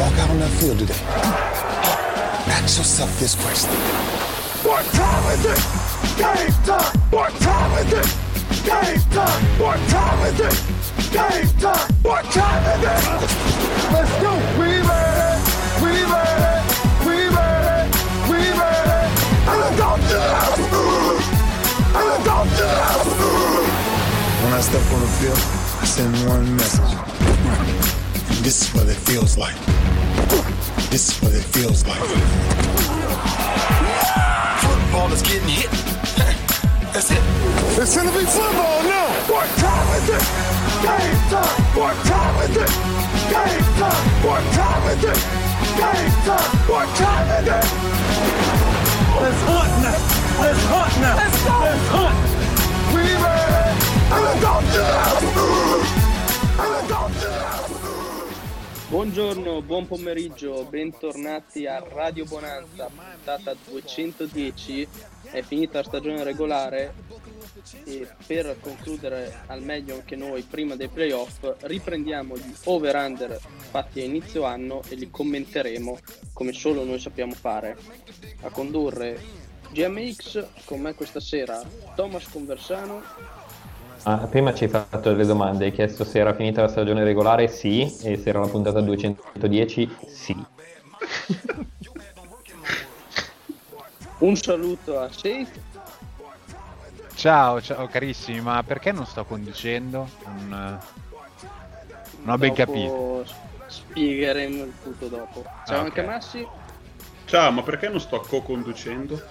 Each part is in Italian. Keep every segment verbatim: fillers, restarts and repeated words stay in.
walk out on that field today, ask yourself this question. What time is it? Game time! What time is it? Game time! What time is it? Game time! What time is it? Let's go! We ready! We ready! We ready! We ready! And let's go to the house! And let's go to the house! When I step on the field, I send one message. This is what it feels like. This is what it feels like. Football is getting hit. That's it. It's gonna be football now. What time is it? Game time. What time is it? Game time. What time is it? Game time. What time is it? It's hot now. It's hot now. Let's go. It's hot. We ready? And let's go to the house. And let's go to the house. Buongiorno, buon pomeriggio, bentornati a Radio Bonanza, puntata duecentodieci. È finita la stagione regolare e per concludere al meglio anche noi prima dei playoff riprendiamo gli over-under fatti a inizio anno e li commenteremo come solo noi sappiamo fare. A condurre G M X, con me questa sera Thomas Conversano. Ah, prima ci hai fatto delle domande, hai chiesto se era finita la stagione regolare, sì, e se era la puntata duecentodieci, sì. Un saluto a Safe. Ciao, ciao carissimi, ma perché non sto conducendo? Non, non ho ben capito. Spiegheremo il tutto dopo. Ciao, okay. Anche Massi. Ciao, ma perché non sto co-conducendo?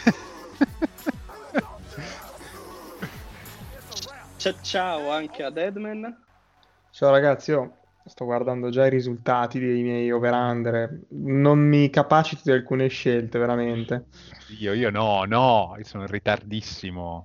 Ciao anche a Deadman. Ciao ragazzi, io sto guardando già i risultati dei miei over-under, non mi capacito di alcune scelte veramente. Io, io no, no, io sono in ritardissimo.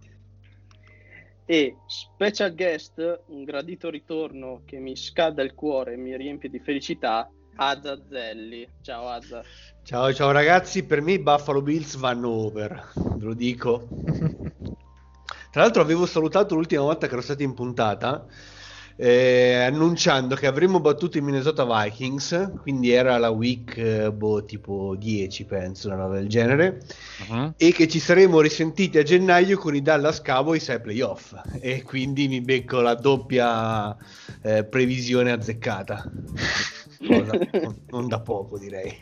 E special guest, un gradito ritorno che mi scalda il cuore e mi riempie di felicità, Azza Zelli. Ciao Azza. Ciao ciao ragazzi, per me i Buffalo Bills vanno over, ve lo dico. Tra l'altro avevo salutato l'ultima volta che ero stato in puntata eh, annunciando che avremmo battuto i Minnesota Vikings, quindi era la week eh, boh, tipo dieci penso, una roba del genere, uh-huh. E che ci saremmo risentiti a gennaio con i Dallas Cowboys ai playoff, e quindi mi becco la doppia eh, previsione azzeccata. Cosa, non, non da poco direi.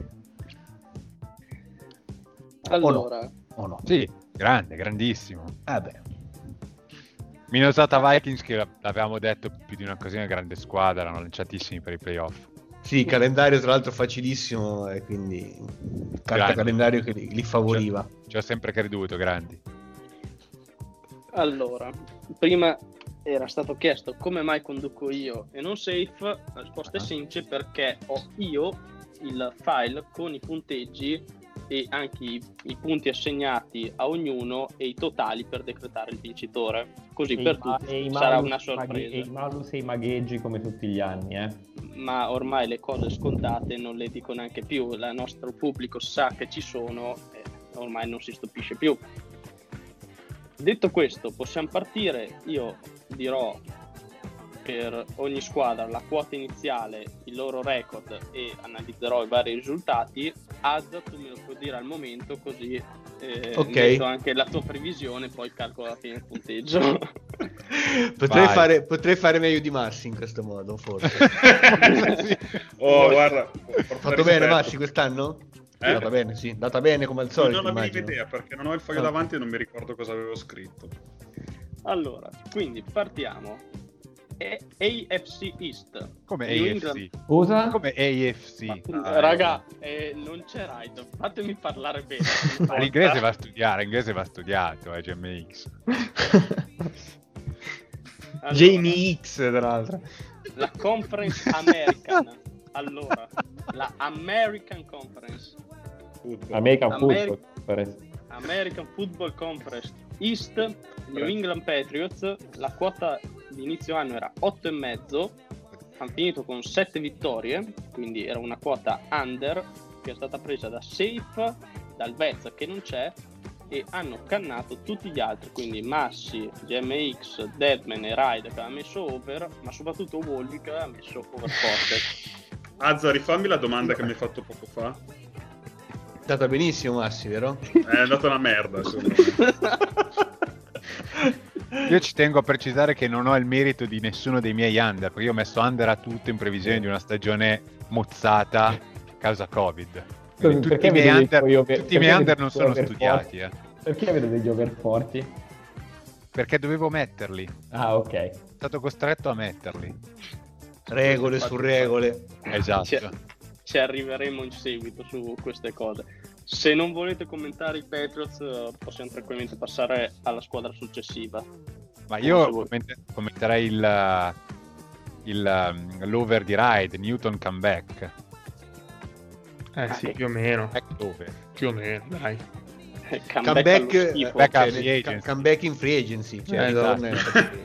Allora, o no? O no? Sì, grande, grandissimo. Ah beh. Minnesota Vikings, che l'avevamo detto più di un'occasione, grande squadra, erano lanciatissimi per i playoff. Sì, calendario tra l'altro facilissimo e quindi carta calendario che li, li favoriva. Ci ho, ci ho sempre creduto, grandi. Allora, prima era stato chiesto come mai conduco io e non Safe. La risposta uh-huh. è semplice, perché ho io il file con i punteggi e anche i, i punti assegnati a ognuno e i totali per decretare il vincitore, così e per ma- tutti sarà una sorpresa. Maghe- e i malus e i magheggi come tutti gli anni, eh? Ma ormai le cose scontate non le dico neanche più, il nostro pubblico sa che ci sono e ormai non si stupisce più. Detto questo, possiamo partire. Io dirò per ogni squadra la quota iniziale, il loro record e analizzerò i vari risultati. Az, tu me lo puoi dire al momento, così eh, okay. metto anche la tua previsione, poi calcolo alla fine il punteggio. potrei, fare, potrei fare meglio di Massi in questo modo, forse. Sì. Oh, guarda, fatto bene Massi quest'anno? Eh? È andata bene, sì, è andata bene come al solito. Non avevo immagino. idea, perché non ho il foglio ah. davanti e non mi ricordo cosa avevo scritto. Allora, quindi partiamo. E A F C East. Come New A F C? England... Usa? Come A F C? Ma, ah, raga, eh, non c'è Raid, fatemi parlare bene. Ma l'inglese va a studiare, l'inglese va studiato, eh, G M X. Allora, Jamie X, tra l'altro. La Conference American. Allora, la American Conference. Football. American Ameri- Football. American Football Conference East, New England Patriots. La quota di inizio anno era otto e mezzo, hanno finito con sette vittorie, quindi era una quota under che è stata presa da Safe, dal Vezza che non c'è, e hanno cannato tutti gli altri, quindi Massi, G M X, Deadman e Raid che aveva messo over, ma soprattutto Wolvi che aveva messo over forte. Azza, rifammi la domanda che mi hai fatto poco fa. È andata benissimo, Massi, vero? È andata una merda, secondo me. Io ci tengo a precisare che non ho il merito di nessuno dei miei under, perché io ho messo under a tutto in previsione di una stagione mozzata a causa Covid. Quindi tutti Perché i miei vedo under, dei over- tutti i miei perché under vedo non dei sono over studiati, forti? eh. Perché vedo degli over forti? Perché dovevo metterli. Ah, ok. Sono stato costretto a metterli. Regole su regole. Esatto. Ci, ci arriveremo in seguito su queste cose. Se non volete commentare i Patriots, eh, possiamo tranquillamente passare alla squadra successiva. Ma Non io so voi. comment- commenterei il, il, um, l'over di Ride, Newton comeback. Eh sì, Ah, più o meno. Back over. Più o meno, dai. Comeback, Comeback, allo eh, schifo. back cioè, up free nel- agency. ca- comeback in free agency. Cioè, Eh, ritorno esatto. in-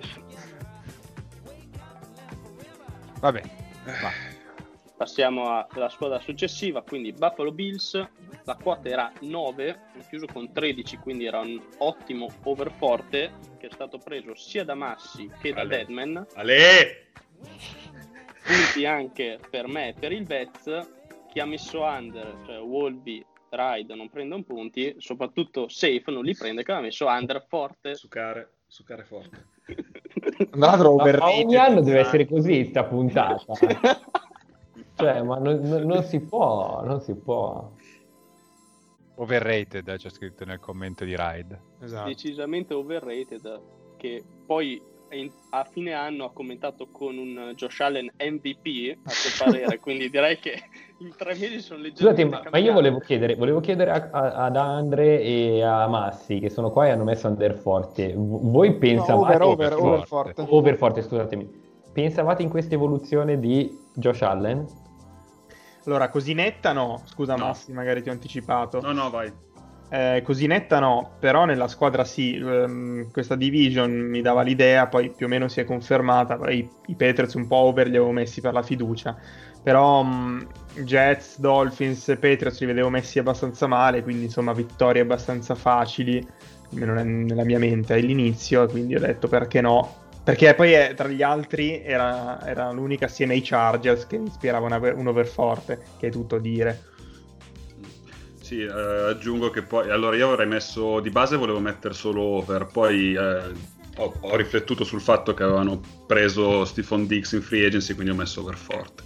Vabbè, va. Passiamo alla squadra successiva, quindi Buffalo Bills. La quota era nove, ho chiuso con tredici, quindi era un ottimo over forte che è stato preso sia da Massi che da Ale. Deadman. Ale! Punti anche per me e per il Vets. Chi ha messo under, cioè Wolby, Ride non prendono punti, soprattutto Safe non li prende, che aveva messo under forte. Succare, succare forte. Tra l'altro Ma, ma overrated. ogni anno deve essere così sta puntata. Cioè, ma non, non- non si può, non si può. Overrated, c'è scritto nel commento di Ride. Esatto. Decisamente overrated, che poi in- a fine anno ha commentato con un Josh Allen M V P a suo parere, quindi direi che in tre mesi sono Scusate, leggermente ma, ma io cambiati. volevo chiedere, volevo chiedere a- a- ad Andre e a Massi, che sono qua e hanno messo under forte. V- voi pensavate... over, over, over over forte. forte. Over forte, scusatemi. Pensavate in questa evoluzione di Josh Allen? Allora, così netta no. Scusa No. Massi, magari ti ho anticipato. No, no, vai. Eh, così netta no, però nella squadra sì. Ehm, questa division mi dava l'idea, poi più o meno si è confermata. I, i Patriots un po' over li avevo messi per la fiducia, però mh, Jets, Dolphins e Patriots li vedevo messi abbastanza male, quindi insomma vittorie abbastanza facili, almeno ne- nella mia mente all'inizio, e quindi ho detto perché no. Perché poi eh, tra gli altri era, era l'unica assieme ai Chargers che mi ispirava una- un over forte, che è tutto a dire. Sì, eh, aggiungo che poi... Allora, io avrei messo... Di base volevo mettere solo over, poi eh, ho, ho riflettuto sul fatto che avevano preso Stephon Diggs in free agency, quindi ho messo over forte.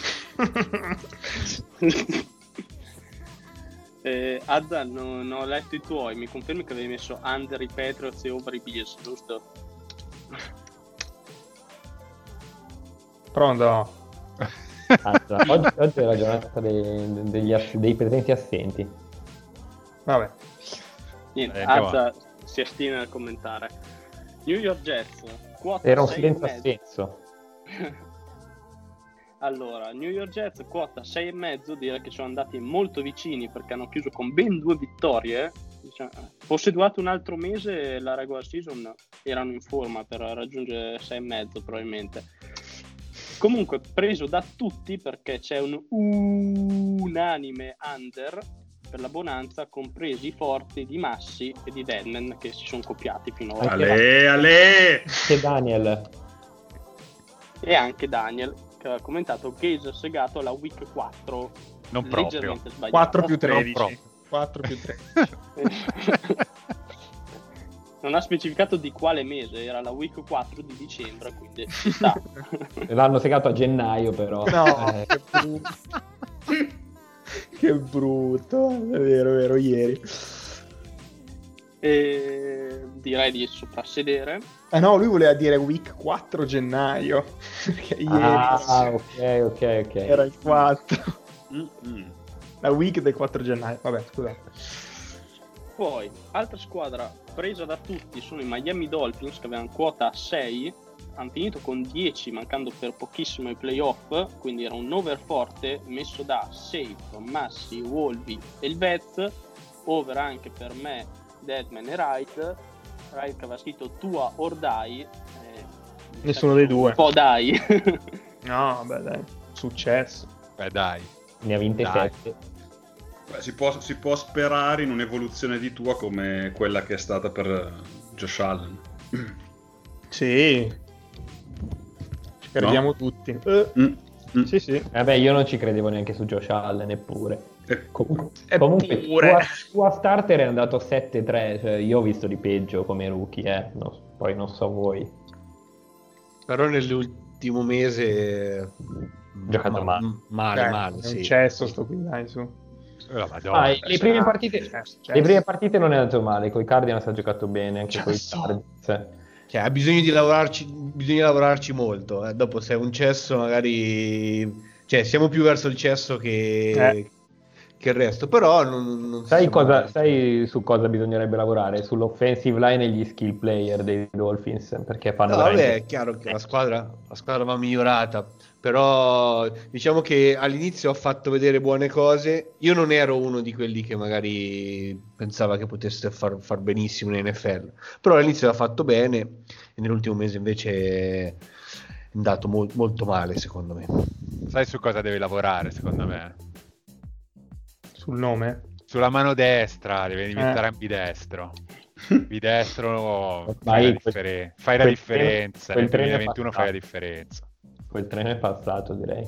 eh, Azza, non ho letto i tuoi, mi confermi che avevi messo under i Patriots e over i Bills, giusto? Pronto? Azza, oggi, oggi è la giornata dei, degli ass- dei presenti assenti. Vabbè. Niente, Eh, andiamo Azza si astiene dal commentare. New York Jets, quota Era un sei silenzio e mezzo. assenso. Allora, New York Jets quota sei e mezzo, direi che sono andati molto vicini perché hanno chiuso con ben due vittorie. Diciamo, fosse durato un altro mese la regular season erano in forma per raggiungere sei e mezzo probabilmente. Comunque preso da tutti perché c'è un unanime under per la bonanza, compresi i forti di Massi e di Deadman che si sono copiati finora. Anche Ale, ale! Che Daniel. E anche Daniel che aveva commentato Gaze segato alla week quattro, Non proprio. leggermente sbagliato. quattro più Non tredici. proprio. quattro più tredici. Non ha specificato di quale mese, era la week quattro di dicembre, quindi ci sta. L'hanno segato a gennaio, però. No, Eh, che brutto. Che brutto, è vero, è vero, ieri. E direi di soprassedere. Ah no, lui voleva dire week quattro gennaio, perché ieri Ah, ok, ok, ok. era il quattro. Mm-mm. La week del quattro gennaio, vabbè, scusate. Poi, altra squadra presa da tutti sono i Miami Dolphins che avevano quota sei, hanno finito con dieci mancando per pochissimo ai playoff, quindi era un over forte messo da Safe, Massi, Wolby e il Vets, over anche per me, Deadman e Wright. Wright che aveva scritto Tua or Die, eh, Nessuno dei due. un po' dai. No, vabbè, dai, successo. Beh, dai. Ne ha vinte Dai. sette. Beh, si, può, si può sperare in un'evoluzione di Tua come quella che è stata per eh, Josh Allen. Sì. Ci crediamo tutti. Eh, Mm. Mm. Sì, sì. Vabbè, io non ci credevo neanche su Josh Allen, neppure. Eh, Comunque, Eppure. comunque sua, sua starter è andato sette tre, cioè io ho visto di peggio come rookie, eh. No, poi non so voi. Però nell'ultimo mese Giocato ma- male. male, Dai, male, è sì. un cesso sto qui, dai, su. Eh, la Madonna. Ah, le, prime partite, Cesso, le prime partite non è andato male, con i Cardinals ha giocato bene, anche con i Cesso. Cardinals. Cioè, ha bisogno di lavorarci, bisogna lavorarci molto. eh. Dopo, se è un cesso, magari, cioè, siamo più verso il cesso che, Eh. che il resto. Però, non, non Sai, si cosa, sa- sai su cosa bisognerebbe lavorare? Sull'offensive line e gli skill player dei Dolphins, perché fanno No, vabbè, veramente- è chiaro che la squadra, la squadra va migliorata, però diciamo che all'inizio ha fatto vedere buone cose. Io non ero uno di quelli che magari pensava che potesse far, far benissimo in N F L, però all'inizio l'ha fatto bene e nell'ultimo mese invece è andato mo- molto male, secondo me. Sai su cosa deve lavorare, secondo me? Sul nome? Sulla mano destra, deve diventare Eh. ambidestro. Ambidestro, fai Vai, la, quel- differen- fai la quel differenza. treno- Nel quel treno è duemilaventuno fai la passato. differenza. Quel treno è passato, direi.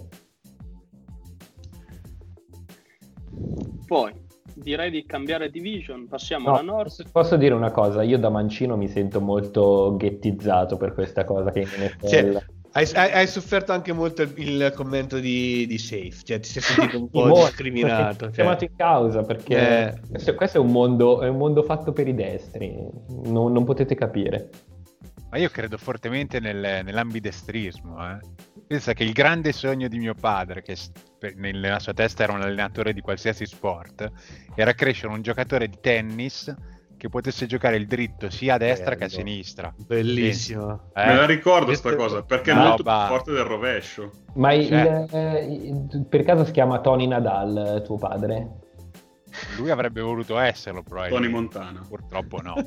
Poi direi di cambiare division, passiamo No, alla North. posso, posso dire una cosa? Io da mancino mi sento molto ghettizzato per questa cosa che in N F L... Cioè, hai, hai- hai sofferto anche molto il, il commento di, di Safe, cioè ti sei sentito un po' Molto, discriminato. sono Cioè. chiamato in causa perché Eh. questo, questo è un mondo, è un mondo fatto per i destri, non, non potete capire. Ma io credo fortemente nel- nell'ambidestrismo. Eh. Pensa che il grande sogno di mio padre, che s- per- nella sua testa era un allenatore di qualsiasi sport, era crescere un giocatore di tennis che potesse giocare il dritto sia a destra che a Bello. sinistra. Bellissimo. Eh? Me la ricordo Questo- sta cosa, perché è una molto roba- più forte del rovescio. Ma il- Certo. eh, il- per caso si chiama Tony Nadal, tuo padre? Lui avrebbe voluto esserlo, probabilmente. Tony Montana. Purtroppo no.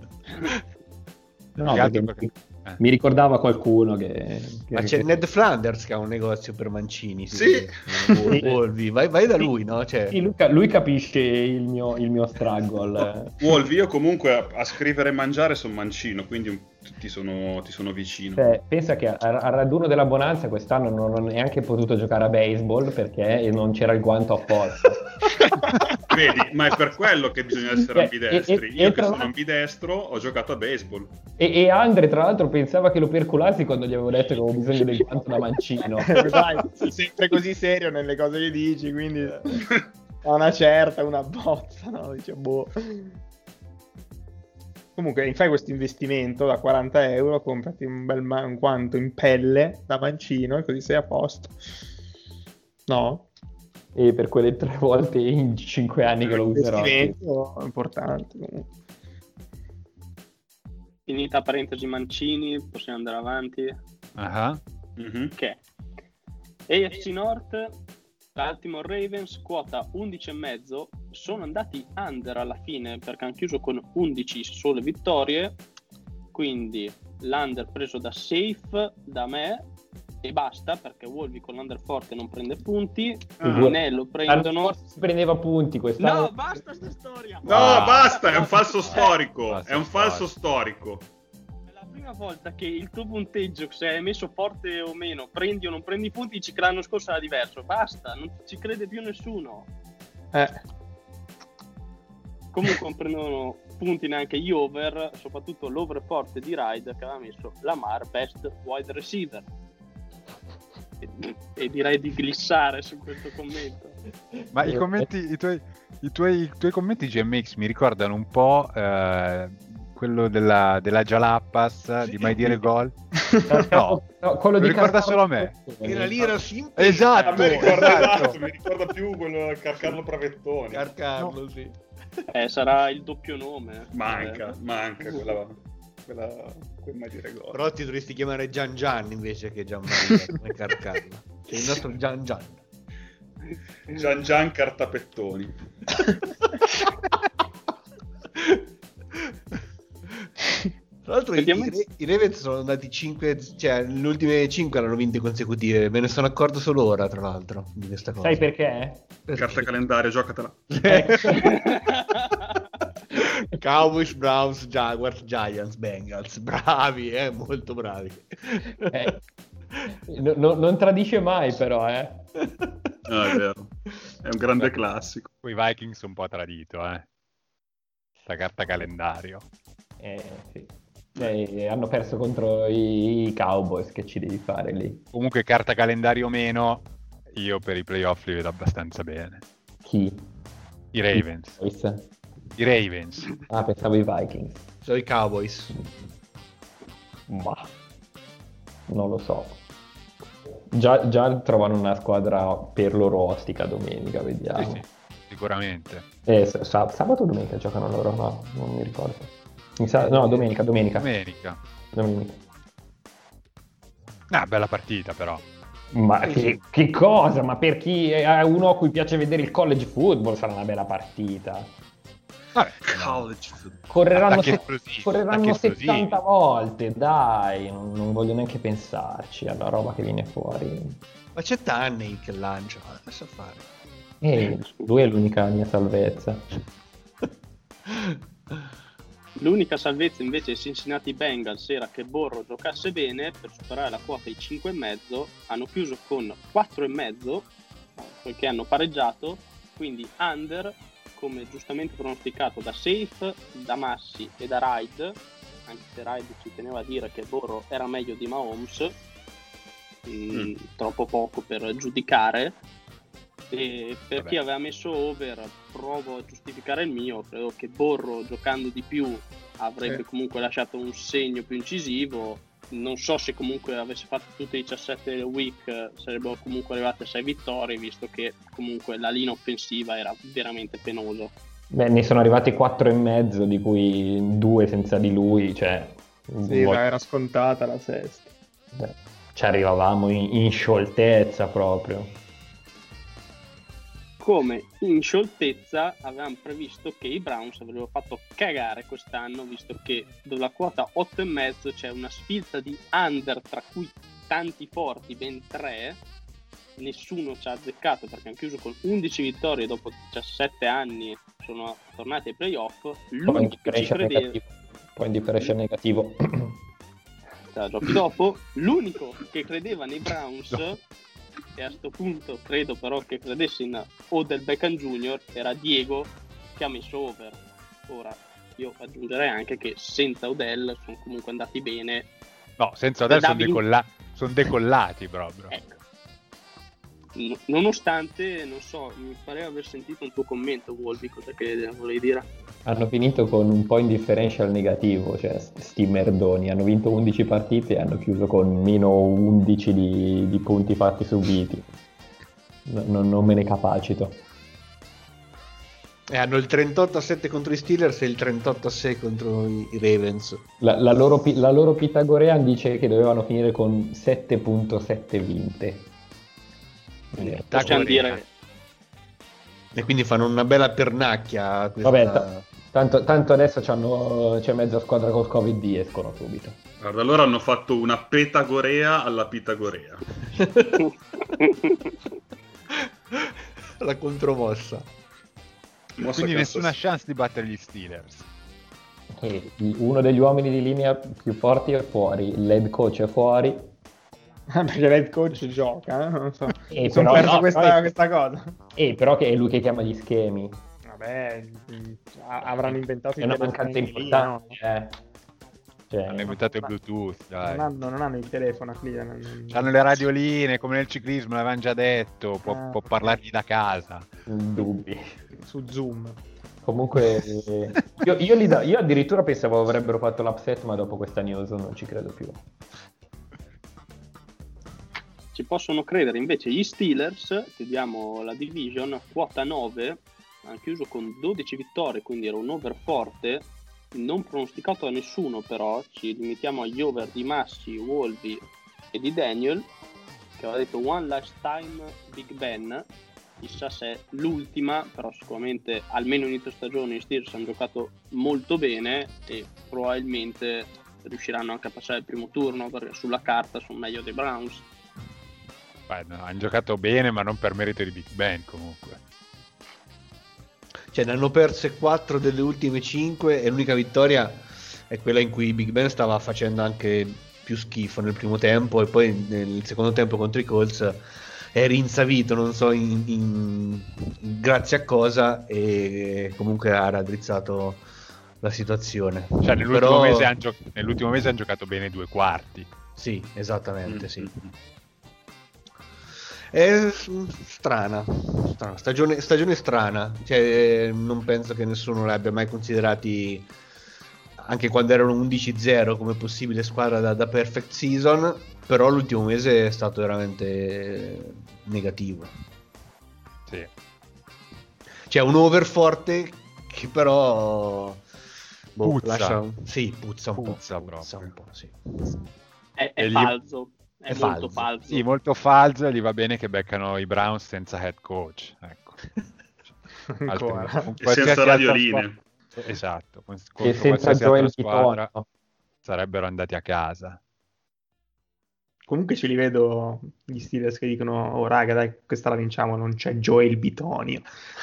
No, Gli altri perché perché- eh. mi ricordava qualcuno che... che- Ma c'è che- Ned Flanders che ha un negozio per mancini. Sì. Vol- Volvi. Vai, vai da lui, no? Cioè, Sì, lui, ca- lui capisce il mio, il mio struggle. Wolvi, io comunque a, a scrivere e mangiare sono mancino, quindi un- ti sono, ti sono vicino. Cioè, pensa che a- al raduno della Bonanza quest'anno non ho neanche potuto giocare a baseball perché non c'era il guanto a forza. Vedi, ma è per quello che bisogna essere Eh, ambidestri. e- e- Io e che tra sono l'altro- ambidestro ho giocato a baseball. E, e Andre, tra l'altro, pensava che lo percolassi quando gli avevo detto che avevo bisogno del guanto da mancino. Dai, sei sempre così serio nelle cose che dici, quindi a una certa, una bozza, no? Dice, boh. Comunque, fai questo investimento da quaranta euro, comprati un bel ma- un guanto in pelle da mancino e così sei a posto. No? E per quelle tre volte in cinque anni che lo userò. Investimento importante comunque. Finita parentesi mancini, possiamo andare avanti. Ah, Mhm. Che A F C North, Baltimore Ravens quota undici e mezzo, sono andati under alla fine perché hanno chiuso con undici sole vittorie, quindi l'under preso da Safe, da me e basta, perché Wolvi con l'under forte non prende punti, Ah. ne lo L'anno prendono. scorso si prendeva punti quest'anno. No, basta sta storia. No, Ah. basta, è un falso storico. Falso È un falso storico. storico. È la prima volta che il tuo punteggio, se è messo forte o meno, prendi o non prendi punti, dici che l'anno scorso era diverso. Basta, non ci crede più nessuno. Eh, Comunque non prendono punti neanche gli over, soprattutto l'over forte di Ryder che aveva messo Lamar best wide receiver. E, e direi di glissare su questo commento. ma i commenti, i tuoi, i tuoi, i tuoi commenti G M X mi ricordano un po' eh, quello della, della Jalappas di Mai Dire Gol. No, No, quello lo di ricorda Carlo- solo a me. era l'ira simile. Esatto, A me ricorda, esatto. esatto, mi ricorda più quello Carcarlo Pravettoni. Carcarlo, sì. Eh, sarà il doppio nome. Manca, Eh. manca quella, quella, quel mai dire gol. Però ti dovresti chiamare Gian Gian invece che Gian Maria, come Carcarlo. Sei il nostro Gian Gian. Gian Gian Cartapettoni. Tra l'altro i, Vediamo- i, i Ravens sono andati cinque, cioè le ultime cinque erano vinte consecutive, me ne sono accorto solo ora tra l'altro di questa cosa. Sai perché? Carta calendario, giocatela. Carta Cowboys, Browns, Jaguars, Giants, Bengals. Bravi, eh, molto bravi. Eh, no, no, non tradisce mai però, eh. No, è vero. È un grande classico. Poi i Vikings un po' tradito, eh. La carta calendario. Eh, sì. Eh, hanno perso contro i, i Cowboys, che ci devi fare lì? Comunque carta calendario o meno, io per i playoff li vedo abbastanza bene. Chi? I Ravens. I, I Ravens. ah, pensavo i Vikings. Sono i Cowboys. Ma non lo so. Già, già trovano una squadra per loro ostica domenica, vediamo. Sì, sì, sicuramente. Eh, sa- sabato o domenica giocano loro? No, non mi ricordo. Mi sa- no, domenica, domenica. Domenica. Domenica. Ah, bella partita però. Ma che, che cosa? Ma per chi è uno a cui piace vedere il college football sarà una bella partita. Vabbè, College football. Correranno, Attacchi se- esplosivi, correranno attacchi esplosivi. settanta volte, dai, non, non voglio neanche pensarci alla roba che viene fuori. Ma c'è Tannehill che lancia, lascia fare. E lui è l'unica mia salvezza. L'unica salvezza invece ai Cincinnati Bengals era che Borro giocasse bene. Per superare la quota di cinque e mezzo hanno chiuso con quattro e mezzo, poiché hanno pareggiato, quindi under, come giustamente pronosticato da Safe, da Massi e da Ride, anche se Ride ci teneva a dire che Borro era meglio di Mahomes, mm, Mm. troppo poco per giudicare. E per Vabbè. chi aveva messo over, provo a giustificare il mio. Credo che Borro, giocando di più, avrebbe Sì. comunque lasciato un segno più incisivo. Non so se comunque avesse fatto tutte le diciassette week sarebbero comunque arrivate a sei vittorie, visto che comunque la linea offensiva era veramente penosa. Beh, ne sono arrivati quattro e mezzo, di cui due senza di lui, cioè... Sì, vo- ma era scontata la sesta. Beh, ci arrivavamo in, in scioltezza proprio. Come in scioltezza avevamo previsto che i Browns avrebbero fatto cagare quest'anno, visto che dalla quota otto e mezzo c'è una sfilza di under, tra cui tanti forti, ben tre. Nessuno ci ha azzeccato perché hanno chiuso con undici vittorie dopo diciassette anni, sono tornati ai playoff. Poi L'unico che ci differenza credeva, negativo. Poi differenza negativo. da giochi dopo, l'unico che credeva nei Browns, e a sto punto credo però che credesse in Odell Beckham Junior, era Diego, che ha messo over. Ora io aggiungerei anche che senza Odell sono comunque andati bene. No, senza adesso sono, Davi- decolla- sono decollati proprio. Ecco. No- nonostante, non so, mi pareva aver sentito un tuo commento, Wolvi, cosa che volevi dire? Hanno finito con un point differential negativo, cioè sti merdoni, hanno vinto undici partite e hanno chiuso con meno undici di, di punti fatti subiti. No- non, non me ne capacito. E hanno il trentotto a sette contro i Steelers e il trentotto a sei contro i i Ravens. La, la loro, pi- la loro Pythagorean dice che dovevano finire con sette virgola sette vinte. Eh, Possiamo dire, E quindi fanno una bella pernacchia. Questa... Vabbè, ta- tanto, tanto adesso c'hanno- c'è mezza squadra col Covid e escono subito. Guarda, loro hanno fatto una petagorea alla Pitagorea. La contromossa. Mossa Quindi cazzo- nessuna chance di battere gli Steelers. E uno degli uomini di linea più forti è fuori, l'head coach è fuori. Perché l'head coach gioca, eh? Non so. Eh, Mi sono però- perso no, questa, però- questa cosa. E però che è lui che chiama gli schemi. Vabbè, mh, a- avranno inventato È una i telefoni mancanza lì, importante. no? eh. Cioè, Hanno inventato il Bluetooth, dai. Non hanno, non hanno il telefono a Cleveland. non- Hanno le radioline, come nel ciclismo, l'avevamo già detto, può, Ah. può parlargli da casa. dubbi. Su Zoom. Comunque, eh, io, io, li da- io addirittura pensavo avrebbero fatto l'upset, ma dopo questa news non ci credo più. ci possono credere invece gli Steelers, che diamo la division, quota nove, hanno chiuso con dodici vittorie, quindi era un over forte, non pronosticato da nessuno, però ci limitiamo agli over di Massi, Wolvi e di Daniel, che aveva detto one last time Big Ben. Chissà se è l'ultima, però sicuramente almeno inizio stagione i Steelers hanno giocato molto bene e probabilmente riusciranno anche a passare il primo turno, perché sulla carta sono meglio dei Browns. Beh, no, hanno giocato bene, ma non per merito di Big Ben comunque. Cioè ne hanno perse quattro delle ultime cinque e l'unica vittoria è quella in cui Big Ben stava facendo anche più schifo nel primo tempo e poi nel secondo tempo contro i Colts è rinsavito, non so in, in, grazie a cosa, e comunque ha raddrizzato la situazione. Cioè nell'ultimo, Però... mese han gio- nell'ultimo mese hanno giocato bene due quarti. Sì, esattamente, mm. sì. È strana, strana. Stagione, stagione strana, cioè, non penso che nessuno li abbia mai considerati, anche quando erano undici zero, come possibile squadra da, da perfect season, però l'ultimo mese è stato veramente negativo. Sì. C'è un over forte che però boh, puzza. Lascia un... Sì, puzza un Puzza po', puzza un po', sì. È, è E gli- falso, è, È molto falso. falso. Sì, molto falso, gli va bene che beccano i Browns senza head coach, ecco. Ancora. Altri- con E qualsiasi senza altra radioline. squadra- Esatto, con, E contro senza qualsiasi Joel altra squadra Pitonio. sarebbero andati a casa. Comunque ce li vedo gli Steelers che dicono: oh raga, dai, questa la vinciamo, non c'è Joel Bitonio.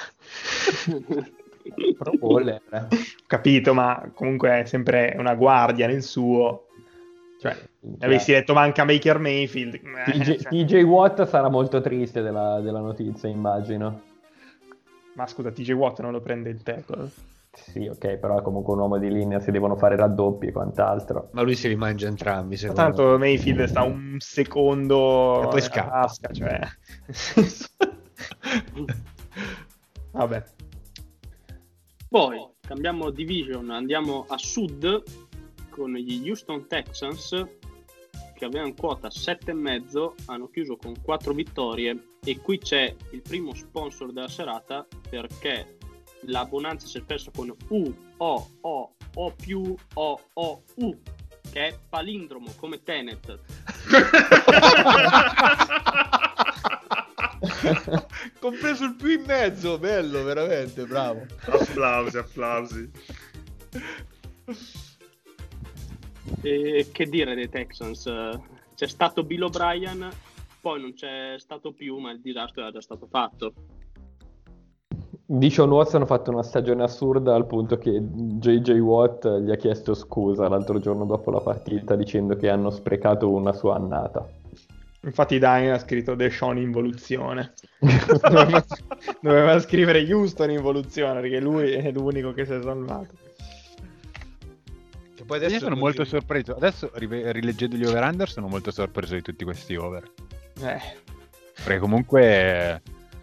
Pro Bowler, eh. Capito, ma comunque è sempre una guardia nel suo. Cioè, avessi detto manca Baker Mayfield. eh, T J, cioè. T J Watt sarà molto triste della, della notizia, immagino. Ma scusa, T J Watt non lo prende il tackle? Sì, ok, però è comunque un uomo di linea, si devono fare raddoppi e quant'altro. Ma lui se li mangia entrambi, secondo Tanto me. Mayfield sta un secondo E poi nella scappa. tasca, cioè. Vabbè. Poi cambiamo division, andiamo a sud con gli Houston Texans che avevano quota sette e mezzo, hanno chiuso con quattro vittorie e qui c'è il primo sponsor della serata perché la Bonanza si è persa con U O O O più O O U, che è palindromo come Tenet. Compreso il più in mezzo, bello, veramente, bravo. Applausi, applausi. E che dire dei Texans? C'è stato Bill O'Brien, poi non c'è stato più, ma il disastro era già stato fatto. Dishon Watson ha fatto una stagione assurda al punto che J J Watt gli ha chiesto scusa l'altro giorno dopo la partita dicendo che hanno sprecato una sua annata. Infatti Daniel ha scritto Deshaun involuzione. doveva, doveva scrivere Houston involuzione perché lui è l'unico che si è salvato. Che poi Io adesso sono è molto così- sorpreso. Adesso rive- rileggendo gli over-under sono molto sorpreso di tutti questi over. Eh, Perché comunque...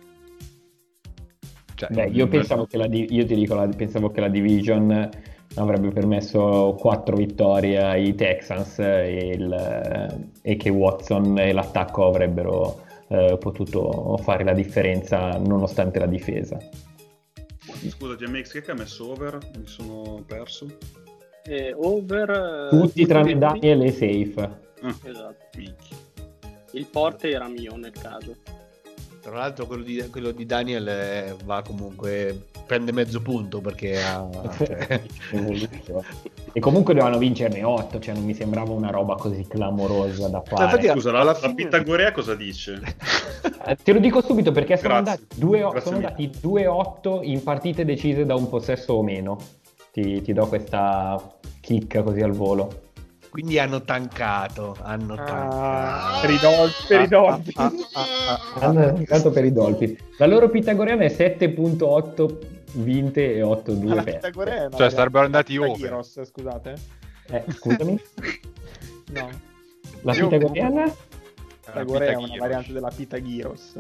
Cioè, Beh, io non- pensavo che la di- io ti dico, la- pensavo che la division avrebbe permesso quattro vittorie ai Texans e, il- e che Watson e l'attacco avrebbero eh, potuto fare la differenza nonostante la difesa. Scusa, G M X, che ha messo over? Mi sono perso. E over... Tutti tranne tutti- Daniel e Safe. Ah, Esatto. minchia. Il porte era mio nel caso. Tra l'altro quello di, quello di Daniel eh, va comunque, prende mezzo punto perché ha... cioè, E comunque dovevano vincerne otto, cioè non mi sembrava una roba così clamorosa da fare. infatti- Scusa, la, alla la fine- Pitagorea cosa dice? Eh, Te lo dico subito perché sono Grazie. andati due Grazie sono mille. andati due otto in partite decise da un possesso o meno. Ti, ti do questa chicca così al volo. quindi hanno tancato, hanno ah, tancato. per i Dolphins, per i Dolphins. Ah, ah, ah, ah. Hanno tanto per i Dolphins. La loro Pitagoreana è sette virgola otto vinte e otto virgola due La perse. Pitagorea è una Cioè, sarebbero andati variante over. della Gyros, scusate. Eh, scusami? No, La Io- Pitagoriana? Era Pitagorea è una Pitagyros. variante della Pita Gyros.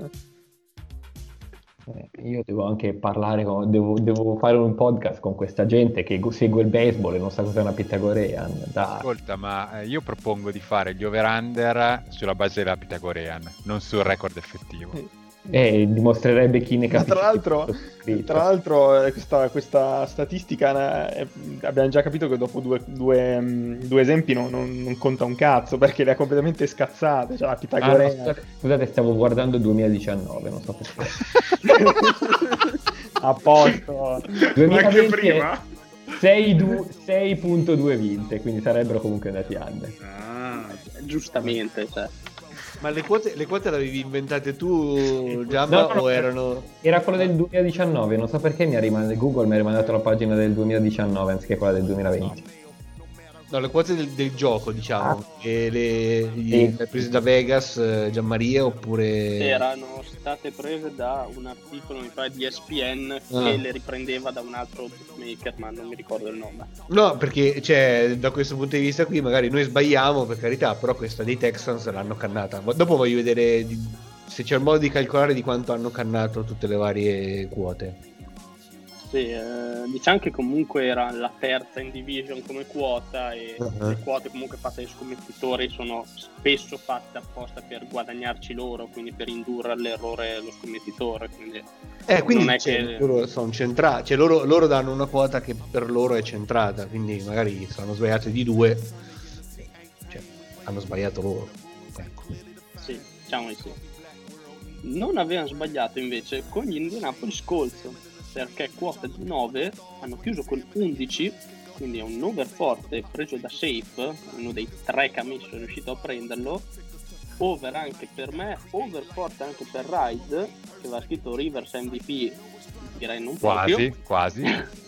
Eh, io devo anche parlare con, devo, devo fare un podcast con questa gente che go- segue il baseball e non sa cos'è una Pitagorean. Dai. Ascolta, ma eh, io propongo di fare gli over-under sulla base della Pitagorean, non sul record effettivo. Eh, dimostrerebbe chi ne Ma capisce. tra l'altro, questo scritto. tra l'altro eh, questa, questa statistica eh, abbiamo già capito che dopo due, due, mh, due esempi non, non- non conta un cazzo perché le ha completamente scazzate. Cioè la Ah, no, Pitagorea. scusate, scusate, stavo guardando il duemiladiciannove, non so perché. A posto. Anche duemilaventi prima? sei virgola due vinte, quindi sarebbero comunque andati under. Ah, Giustamente, cioè. Ma le quote, le quote le avevi inventate tu, Giamma, No, no, no, o erano... Era quello del duemiladiciannove, non so perché mi ha rimandato, Google mi ha rimandato la pagina del duemiladiciannove anziché quella del duemilaventi. No, le quote del, del gioco, diciamo, Ah. e le, gli- Sì. le prese da Vegas, eh, Gianmaria, oppure... Erano state prese da un articolo mi pare di E S P N Ah. che le riprendeva da un altro bookmaker, ma non mi ricordo il nome. No, perché, cioè, da questo punto di vista qui, magari noi sbagliamo, per carità, però questa dei Texans l'hanno cannata. Ma dopo voglio vedere di- se c'è il modo di calcolare di quanto hanno cannato tutte le varie quote. Sì, eh, diciamo che comunque era la terza in division come quota e Uh-huh. le quote comunque fatte dai scommettitori sono spesso fatte apposta per guadagnarci loro, quindi per indurre all'errore lo scommettitore. Quindi Eh, quindi non è cioè, che loro sono centrati, cioè loro, loro danno una quota che per loro è centrata, quindi magari sono sbagliate di due, cioè, hanno sbagliato loro. Ecco. sì, diciamo di sì. Non avevano sbagliato invece con gli Indianapolis Colts, perché quota di nove hanno chiuso con undici, quindi è un over forte preso da Safe, uno dei tre che ha messo, è riuscito a prenderlo. Over anche per me, over forte anche per Ride, che aveva scritto Rivers M V P, direi non Quasi, proprio. quasi.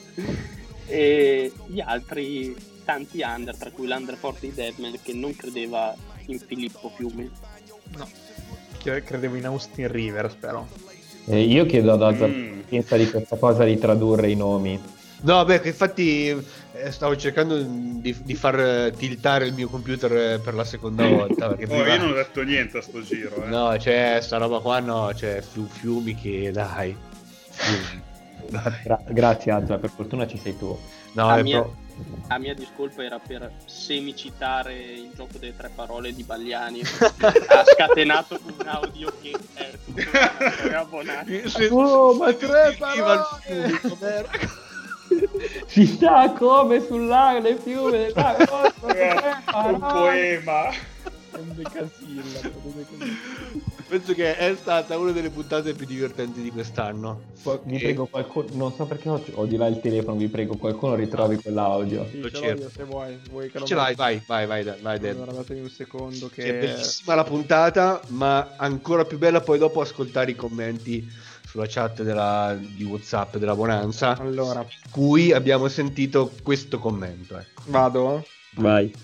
E gli altri tanti under, tra cui l'under forte di Deadman, che non credeva in Filippo Fiumi. No, Io credevo in Austin Rivers, però. Eh, io chiedo ad Azza Mm. pensa di questa cosa di tradurre i nomi. No, beh, infatti eh, stavo cercando di, di far eh, tiltare il mio computer eh, per la seconda volta. Perché Oh, prima- io non ho detto niente a sto giro, eh. No, c'è sta roba qua, no, c'è fiu- fiumi che dai. Fiumi. Gra- grazie Azza, per fortuna ci sei tu. No, a, è mia, pro- a mia discolpa era per semicitare il gioco delle tre parole di Bagliani. Ha scatenato un audio che è tutto abbonato. Oh, ma tre Sentiva il fiume, com'era? Si sa come sul lago del fiume del lago. Un poema. Un decasillabo, un decasillabo. Penso che è stata una delle puntate più divertenti di quest'anno. Vi E- prego qualcuno, non so perché ho, ho di là il telefono, vi prego qualcuno ritrovi quell'audio. Sì, Lo ce l'ho cerco. io, se vuoi. vuoi che lo Ce l'hai, vai, vai, vai, vai, vai, Dad. Allora, datemi un secondo che... È bellissima la puntata, ma ancora più bella poi dopo ascoltare i commenti sulla chat della, di WhatsApp della Bonanza, Allora, in cui abbiamo sentito questo commento. Ecco. vado? Vai.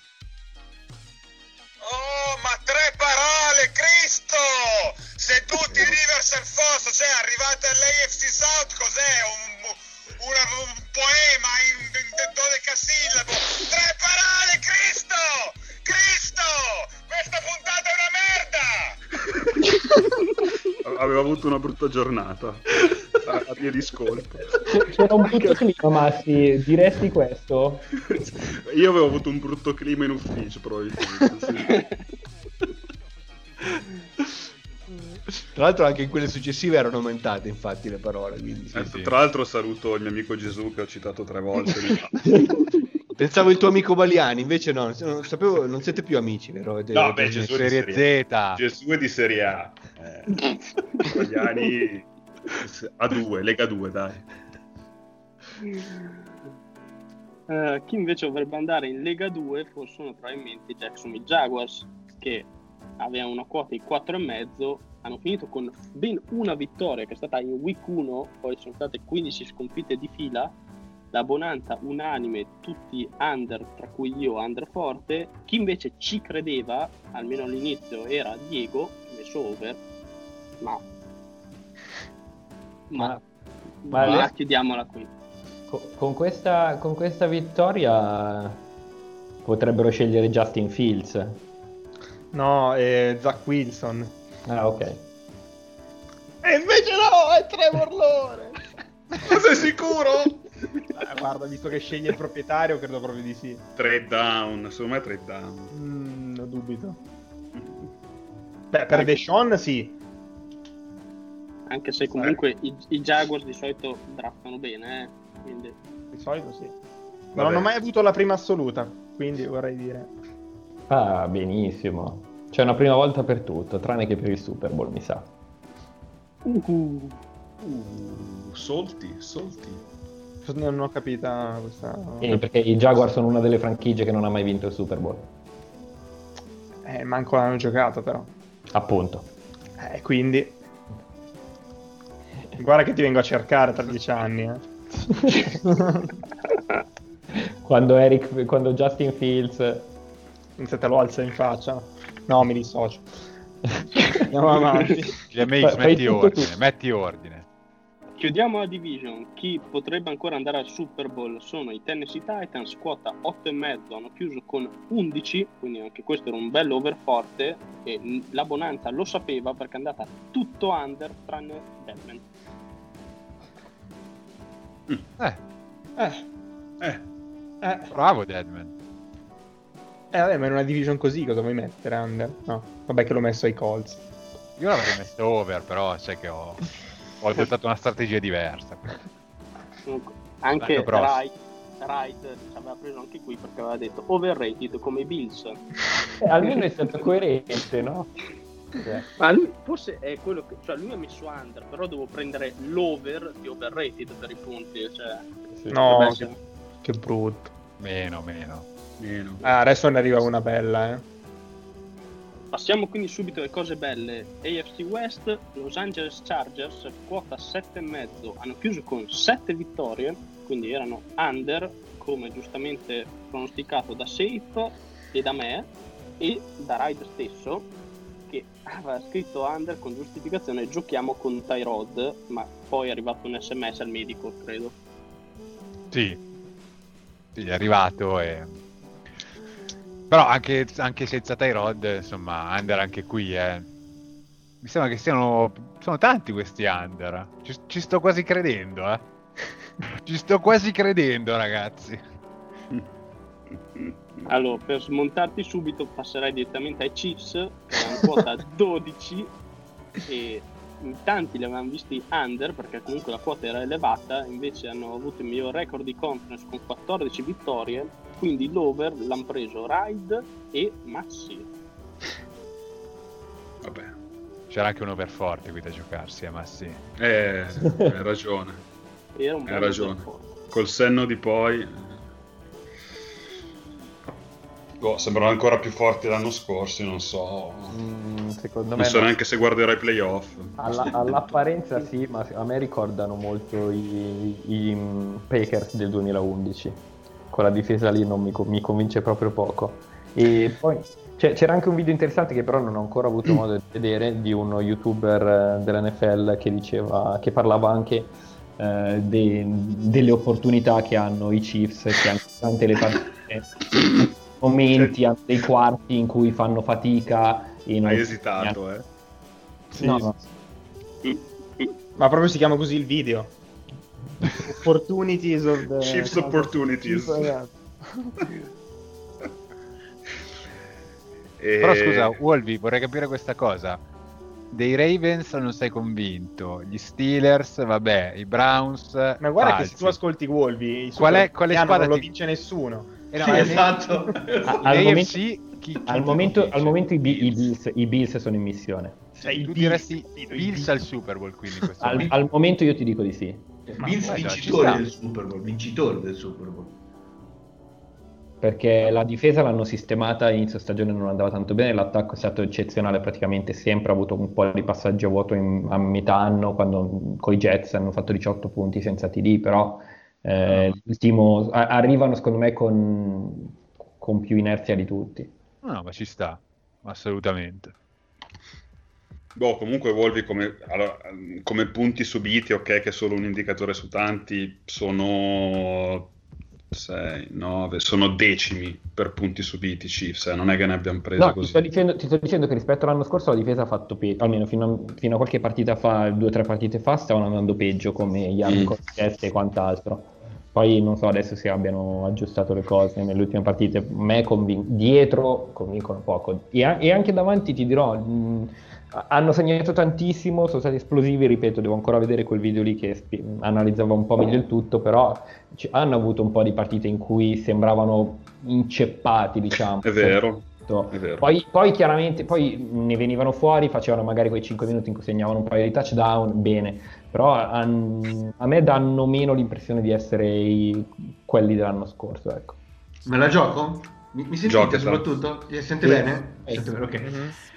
Oh, ma tre parole, Cristo! Seduti Rivers and Foss, cioè arrivate all'A F C South, cos'è? Un, una- un poema in, in, in dodecasillabo? Tre parole, Cristo! Cristo! Questa puntata è una merda! Aveva avuto una brutta giornata. A, a mia discolpa. C'era un brutto clima, Massi, diresti questo? Io avevo avuto un brutto clima in ufficio, probabilmente. Sì. Tra l'altro anche in quelle successive erano aumentate infatti le parole, quindi sì. Eh, sì. Tra l'altro saluto il mio amico Gesù che ho citato tre volte. Pensavo il tuo amico Baliani, invece no, non, sapevo, non siete più amici, vero? No, beh, Gesù è di Serie Serie Z. Gesù è di Serie A. Eh, italiani a due, Lega due, dai. Eh, chi invece dovrebbe andare in Lega due forse sono probabilmente i Jacksonville Jaguars, che avevano una quota di quattro e mezzo, hanno finito con ben una vittoria che è stata in week uno, poi sono state quindici sconfitte di fila. La Bonanza unanime, tutti under, tra cui io under forte. Chi invece ci credeva, almeno all'inizio, era Diego, messo over, ma ma, Ma- ma, ma le- chiudiamola qui. Co- Con questa, con questa vittoria potrebbero scegliere Justin Fields. No, è Zach Wilson. Ah, ok. E invece no, è Trevor Lawrence. Ma sei sicuro? Eh, guarda, visto che sceglie il proprietario, credo proprio di sì. Trade down, secondo me trade down. Mm, lo dubito. Beh, per Deshaun sì. Anche se comunque i, i Jaguars di solito draftano bene, eh? Quindi Di solito sì. Vabbè. Non hanno mai avuto la prima assoluta, quindi vorrei dire. Ah, benissimo. C'è una prima volta per tutto, tranne che per il Super Bowl, mi sa. uh, Uh, solti, solti. Non ho capita questa. Eh, perché i Jaguars sono una delle franchigie che non ha mai vinto il Super Bowl. Eh, manco l'hanno giocato però. Appunto. Eh, quindi... Guarda che ti vengo a cercare tra dieci anni, eh. Quando Eric, quando Justin Fields Se te lo alza in faccia. No, mi dissocio. Andiamo avanti. G M X, Fai metti tutto ordine, tu. metti ordine. Chiudiamo la division. Chi potrebbe ancora andare al Super Bowl sono i Tennessee Titans, quota otto e mezzo, hanno chiuso con undici, quindi anche questo era un bello over forte e la Bonanza lo sapeva perché è andata tutto under tranne Deadman. Eh, Eh, Eh, eh. bravo Deadman. Eh, vabbè, ma in una division così cosa vuoi mettere, under? No, vabbè che l'ho messo ai Colts. Io l'avrei messo over, però sai che ho, ho adottato una strategia diversa. Comunque, anche L'anno prossimo. Wright, Wright ci aveva preso anche qui perché aveva detto overrated come i Bills. Eh, almeno è stato coerente, no? Cioè, Ma lui forse è quello che, cioè lui ha messo under, però devo prendere l'over di overrated per i punti, cioè sì. No, vabbè, che, sì. che brutto. Meno, meno. meno. Ah, adesso ne arriva una bella, eh. Passiamo quindi subito alle cose belle. A F C West, Los Angeles Chargers, quota sette e mezzo, hanno chiuso con sette vittorie, quindi erano under, come giustamente pronosticato da Safe e da me e da Ride stesso, che aveva scritto under con giustificazione giochiamo con Tyrod, ma poi è arrivato un sms al medico, credo. Sì, sì, è arrivato e... Però anche, anche senza Tyrod, insomma, under anche qui, eh. Mi sembra che siano... Sono tanti questi under. Ci, ci sto quasi credendo, eh. Ci sto quasi credendo, ragazzi. Allora, per smontarti subito passerai direttamente ai Chiefs, che hanno quota dodici e in tanti li avevano visti under perché comunque la quota era elevata, invece hanno avuto il miglior record di conference con quattordici vittorie, quindi l'over l'hanno preso Ride e Massi. Vabbè. C'era anche un over forte qui da giocarsi, eh, ma sì. Eh, hai ragione. Era un Hai bello ragione. over. Col senno di poi... Oh, sembrano ancora più forti l'anno scorso, non so. mm, secondo Non me so no. neanche se guarderai i playoff. Alla- all'apparenza sì, ma a me ricordano molto i, i mm, Packers del duemilaundici. Con la difesa lì non mi, co- mi convince proprio poco. E poi c'è- c'era anche un video interessante che però non ho ancora avuto modo di vedere, di uno youtuber eh, dell'N F L che diceva, che parlava anche eh, de- delle opportunità che hanno i Chiefs, che hanno tante le partite, momenti, hanno dei quarti in cui fanno fatica. E non- Hai esitato, eh? Sì. No, no. Ma proprio si chiama così il video. Opportunities of the... Chiefs opportunities. E- Però scusa, Wolvi, vorrei capire questa cosa. Dei Ravens non sei convinto, gli Steelers, vabbè, i Browns... Ma guarda falsi. che se tu ascolti Wolvi, i Qual è- Super quale Bowl squadra non lo ti- vince nessuno. Eh no, Sì, eh, esatto. A- in al, A F C, momento, chi- chi al, ti momento, convince? al momento i, Bi- i Bills, i Bills sono in missione. Cioè, i Tu Bills, diresti capito, i Bills Bills. al Super Bowl, quindi in questo Al, momento. al momento io ti dico di sì. Bills dai, dai, ci vincitori sta. del Super Bowl, vincitori del Super Bowl. Perché la difesa l'hanno sistemata, inizio stagione non andava tanto bene, l'attacco è stato eccezionale praticamente sempre, ha avuto un po' di passaggio a vuoto in- a metà anno, quando con i Jets hanno fatto diciotto punti senza T D, però eh, l'ultimo, a- arrivano secondo me con, con più inerzia di tutti. No, ma ci sta, assolutamente. Boh, comunque Volvi come, allora, come punti subiti, ok, che è solo un indicatore su tanti, sono sei, nove, sono decimi per punti subiti Chiefs, eh, non è che ne abbiamo preso No, ti così. sto, dicendo, ti sto dicendo che rispetto all'anno scorso la difesa ha fatto peggio, almeno fino a, fino a qualche partita fa, due o tre partite fa, stavano andando peggio come gli anni Mm. con teste e quant'altro. Poi non so adesso se abbiano aggiustato le cose nelle ultime partite, me convin- dietro convincono poco. E, a- e anche davanti ti dirò, mh, hanno segnato tantissimo, sono stati esplosivi, ripeto, devo ancora vedere quel video lì che spi- analizzava un po' meglio il tutto, però ci- hanno avuto un po' di partite in cui sembravano inceppati, diciamo. È vero, è vero. Poi, poi chiaramente poi ne venivano fuori, facevano magari quei cinque minuti in cui segnavano un paio di touchdown, bene, però han- a me danno meno l'impressione di essere i- quelli dell'anno scorso, ecco. Me la gioco? Mi, mi sentite Giocatela. soprattutto? Mi sente Sì. bene? Sì. Sente bene, ok. Mhm.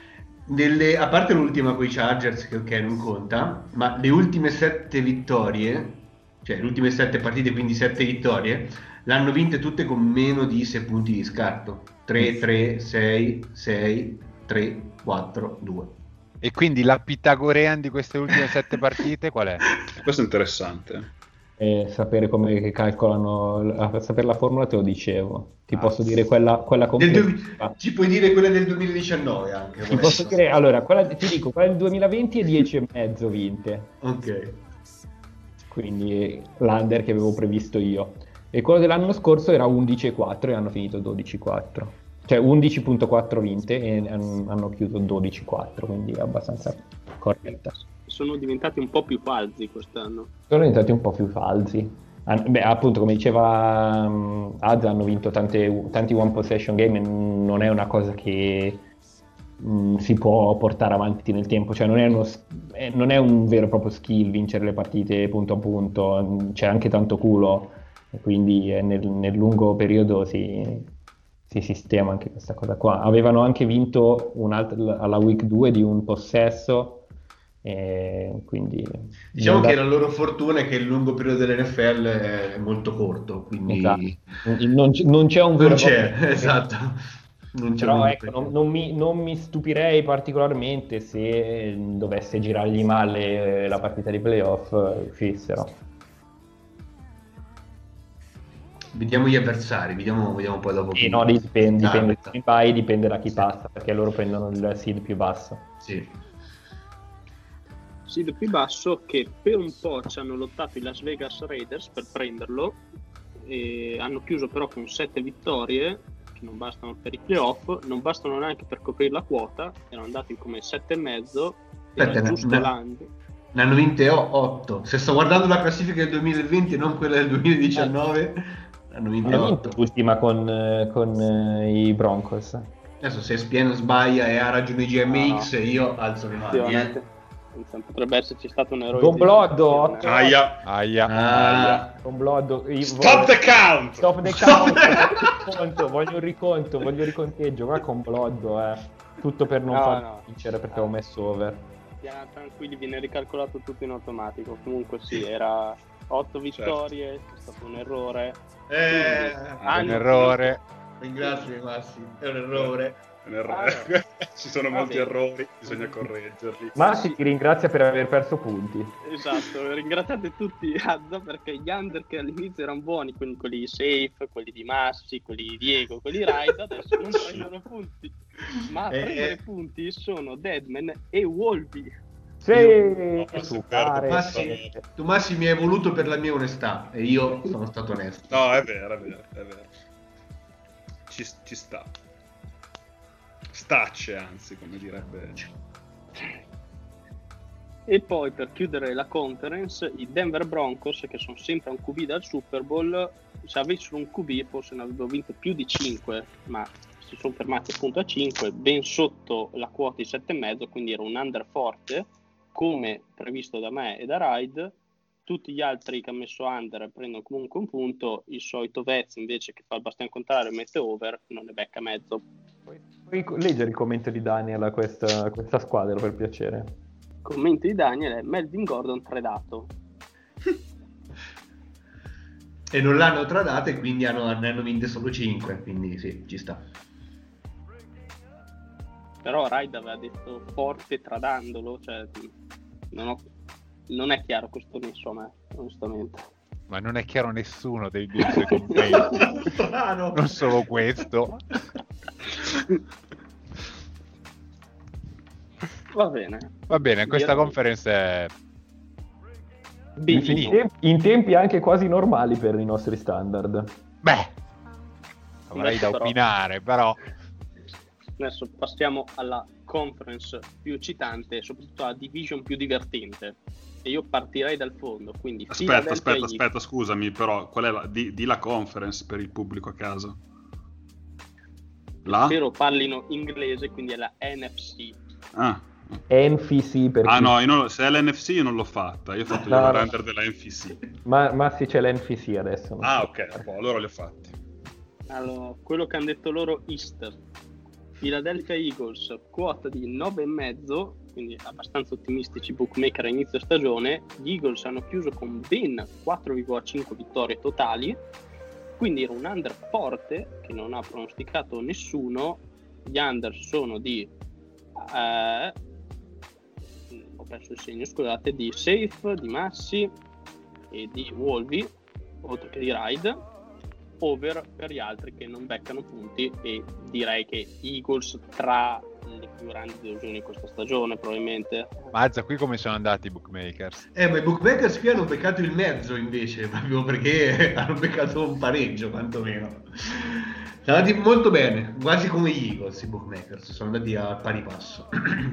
delle, a parte l'ultima con i Chargers, che ok non conta, ma le ultime sette vittorie, cioè le ultime sette partite, quindi sette vittorie, l'hanno vinte tutte con meno di sei punti di scarto. tre, tre, sei, sei, tre, quattro, due. E quindi la Pythagorean di queste ultime sette partite qual è? Questo è interessante. E sapere come calcolano, la- sapere la formula te lo dicevo. Ti Ah. posso dire quella, quella Del du- complessiva. ci puoi dire quella del duemiladiciannove anche. Ti volendo. posso dire, allora, quella, ti dico, quella del duemilaventi è dieci e mezzo vinte, Ok. quindi l'under che avevo previsto io. E quello dell'anno scorso era undici e quattro e hanno finito dodici e quattro. Cioè undici virgola quattro vinte e han- hanno chiuso dodici e quattro, quindi è abbastanza corretta. Sono diventati un po' più falsi quest'anno. Sono diventati un po' più falsi. Han- Beh, appunto, come diceva um, Az, hanno vinto tante, tanti one possession game e non è una cosa che mm, si può portare avanti nel tempo, cioè non è, uno, s- eh, non è un vero e proprio skill vincere le partite punto a punto, mm, c'è anche tanto culo, e quindi eh, nel, nel lungo periodo si, si sistema anche questa cosa qua. Avevano anche vinto un'altra, alla week due di un possesso, e quindi Diciamo non che da- la loro fortuna è che il lungo periodo dell'N F L è molto corto, quindi Esatto. Non, c- non c'è un non vero e c'è, proprio- esatto. Non c'è Però un- ecco, non, non mi, non mi stupirei particolarmente se eh, dovesse girargli male eh, la partita di playoff, eh, uscissero. Vediamo gli avversari, vediamo, vediamo poi dopo. E chi- no, dipende, Ah, dipende, aspetta. chi vai, dipende da chi Sì. passa, perché loro prendono il seed più basso. Sì. Seed più basso che per un po' ci hanno lottato i Las Vegas Raiders per prenderlo e hanno chiuso però con sette vittorie che non bastano per i playoff, non bastano neanche per coprire la quota, erano andati come sette e mezzo, era Aspetta, giusto ne- l'And. Ne hanno vinte otto. Se sto guardando la classifica del duemilaventi e non quella del duemiladiciannove, hanno vinte Hanno vinto otto. l'ultima con, eh, con eh, i Broncos. Adesso se Spien sbaglia e ha ragione G M X, No, no. io alzo le mani. Eh. Potrebbe esserci stato un eroe. Con di Bloddo, distinzione. Aia. Aia. Ah. Con Bloddo. io Stop voglio- the count! Stop the count, voglio il riconto, voglio il riconto, voglio il riconteggio, va con Bloddo, eh. Tutto per non No, far no. vincere perché ho messo over. Stiamo tranquilli, viene ricalcolato tutto in automatico. Comunque sì, era otto vittorie, c'è stato un errore. Eh, Ah, Un no. errore. Ringrazio Massi, è un errore. Un errore. Ah, Ci sono Va molti bene. errori, bisogna correggerli. Massi ti ringrazia per aver perso punti. Esatto, ringraziate tutti Azza perché gli under che all'inizio erano buoni, quelli, quelli safe, quelli di Massi, quelli di Diego, quelli di Raid, adesso non prendono punti. Ma a Eh, prendere eh. punti sono Deadman e Wolby. Sì, Io- su, no, pare. Massi, tu Massi mi hai voluto per la mia onestà e io sono stato onesto. No, è vero, è vero, è vero. Ci, ci sta. Stacce, anzi, come direbbe. E poi per chiudere la conference, i Denver Broncos, che sono sempre un Q B dal Super Bowl, se avessero un Q B forse ne avrebbero vinto più di cinque, ma si sono fermati appunto a cinque, ben sotto la quota di sette e mezzo, quindi era un under forte, come previsto da me e da Raid. Tutti gli altri che hanno messo under prendono comunque un punto, il solito Vez invece che fa il bastian contrario e mette over, non ne becca mezzo. Puoi leggere il commento di Daniel a questa, a questa squadra per piacere. Commento di Daniel è Melvin Gordon tradato. E non l'hanno tradata e quindi hanno, ne hanno vinte solo cinque, quindi sì, ci sta. Però Raid aveva detto forte tradandolo, cioè non, ho, non è chiaro questo nesso a me, onestamente. Ma non è chiaro nessuno dei due suoi commenti. Strano. Non solo questo. Va bene. Va bene, questa Direi- conference è In, Benissimo. tempi, in tempi anche quasi normali per i nostri standard. Beh, avrei da Però- opinare, però Adesso passiamo alla conference più eccitante e soprattutto alla division più divertente. E io partirei dal fondo, quindi Aspetta, Philadelphia aspetta, Eagles. aspetta, scusami, però qual è la, di, di la conference per il pubblico a casa? La? Spero parlino inglese, quindi è la N F C. Ah, N F C per ah chi- no, io non- se è l'N F C io non l'ho fatta, io ho fatto No, il no. render della N F C. Ma, ma sì, c'è l'N F C adesso. non Ah, so. ok, boh, allora li ho fatti. Allora, quello che hanno detto loro Easter. Philadelphia Eagles quota di nove e mezzo, quindi abbastanza ottimistici bookmaker a inizio stagione. Gli Eagles hanno chiuso con ben quattro virgola cinque vittorie totali, quindi era un under forte che non ha pronosticato nessuno. Gli under sono di eh, ho perso il segno, scusate, di Safe, di Massi e di Wolvi, oltre che di Ride. Over per gli altri che non beccano punti, e direi che Eagles tra le più grandi delusioni di questa stagione probabilmente. Mazza, qui come sono andati i bookmakers? Eh, ma i bookmakers qui hanno beccato il mezzo invece, proprio perché hanno beccato un pareggio quantomeno. Sono andati molto bene, quasi come gli Eagles i bookmakers, sono andati a pari passo.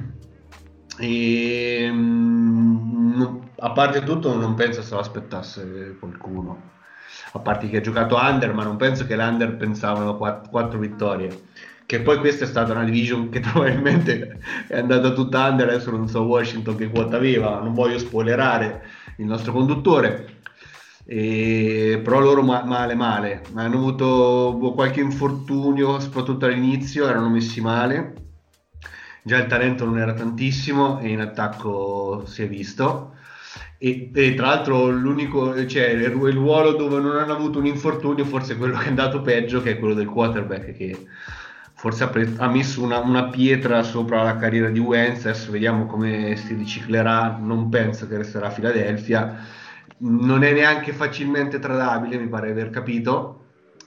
E a parte tutto non penso se lo aspettasse qualcuno, a parte chi ha giocato under, ma non penso che l'under pensavano quattro vittorie, che poi questa è stata una division che probabilmente è andata tutta under. Adesso non so Washington che quota aveva, non voglio spoilerare il nostro conduttore, e però loro ma- male male hanno avuto qualche infortunio, soprattutto all'inizio erano messi male, già il talento non era tantissimo e in attacco si è visto. E, e tra l'altro l'unico, cioè il, il ruolo dove non hanno avuto un infortunio forse è quello che è andato peggio, che è quello del quarterback, che forse ha, pre- ha messo una, una pietra sopra la carriera di Wentz. Adesso vediamo come si riciclerà, non penso che resterà a Philadelphia, non è neanche facilmente tradabile, mi pare aver capito,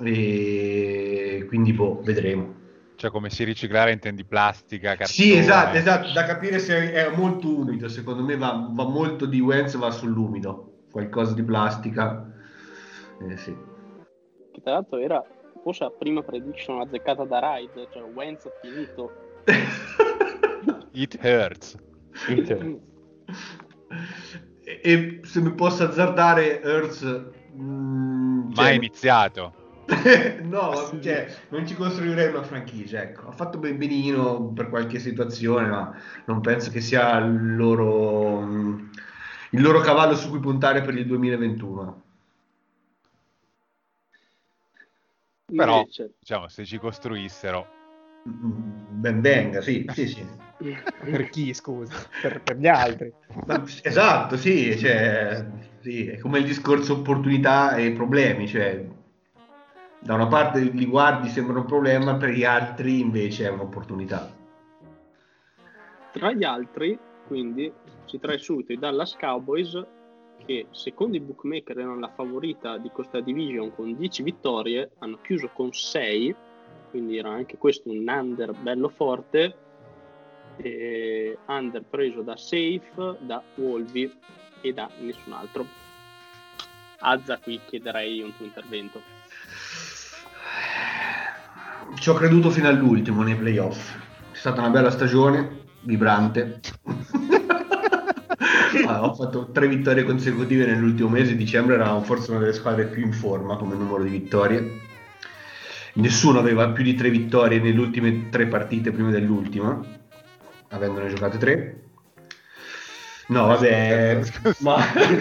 e quindi boh, vedremo. Cioè, come si riciclare intendi plastica, cartone? Sì, esatto, esatto, da capire se è molto umido, secondo me va, va molto di Wentz, va sull'umido, qualcosa di plastica, eh, sì. Che tra l'altro era forse la prima prediction azzeccata da Ride, cioè Wentz ha finito. It hurts. It hurts. e, e se mi posso azzardare, Hurts mm, Ma cioè, è iniziato. no, cioè, non ci costruirei una franchigia, ecco. Ha fatto ben benino per qualche situazione, ma non penso che sia il loro, il loro cavallo su cui puntare per il duemilaventuno. Però, Invece, diciamo, se ci costruissero... Ben venga, sì, sì, sì. Per chi, scusa? Per, per gli altri. Ma, esatto, sì, cioè, sì, è come il discorso opportunità e problemi, cioè da una parte li guardi sembra un problema, per gli altri invece è un'opportunità. tra gli altri, quindi, si trae subito i Dallas Cowboys, che secondo i bookmaker erano la favorita di questa division con dieci vittorie, hanno chiuso con sei, quindi era anche questo un under bello forte, e under preso da Safe, da Wolvi e da nessun altro. Azza, qui chiederei un tuo intervento. Ci ho creduto fino all'ultimo nei playoff, è stata una bella stagione, vibrante. Ah, ho fatto tre vittorie consecutive nell'ultimo mese, dicembre eravamo forse una delle squadre più in forma come numero di vittorie, nessuno aveva più di tre vittorie nelle ultime tre partite prima dell'ultima, avendone giocate tre. No vabbè, ma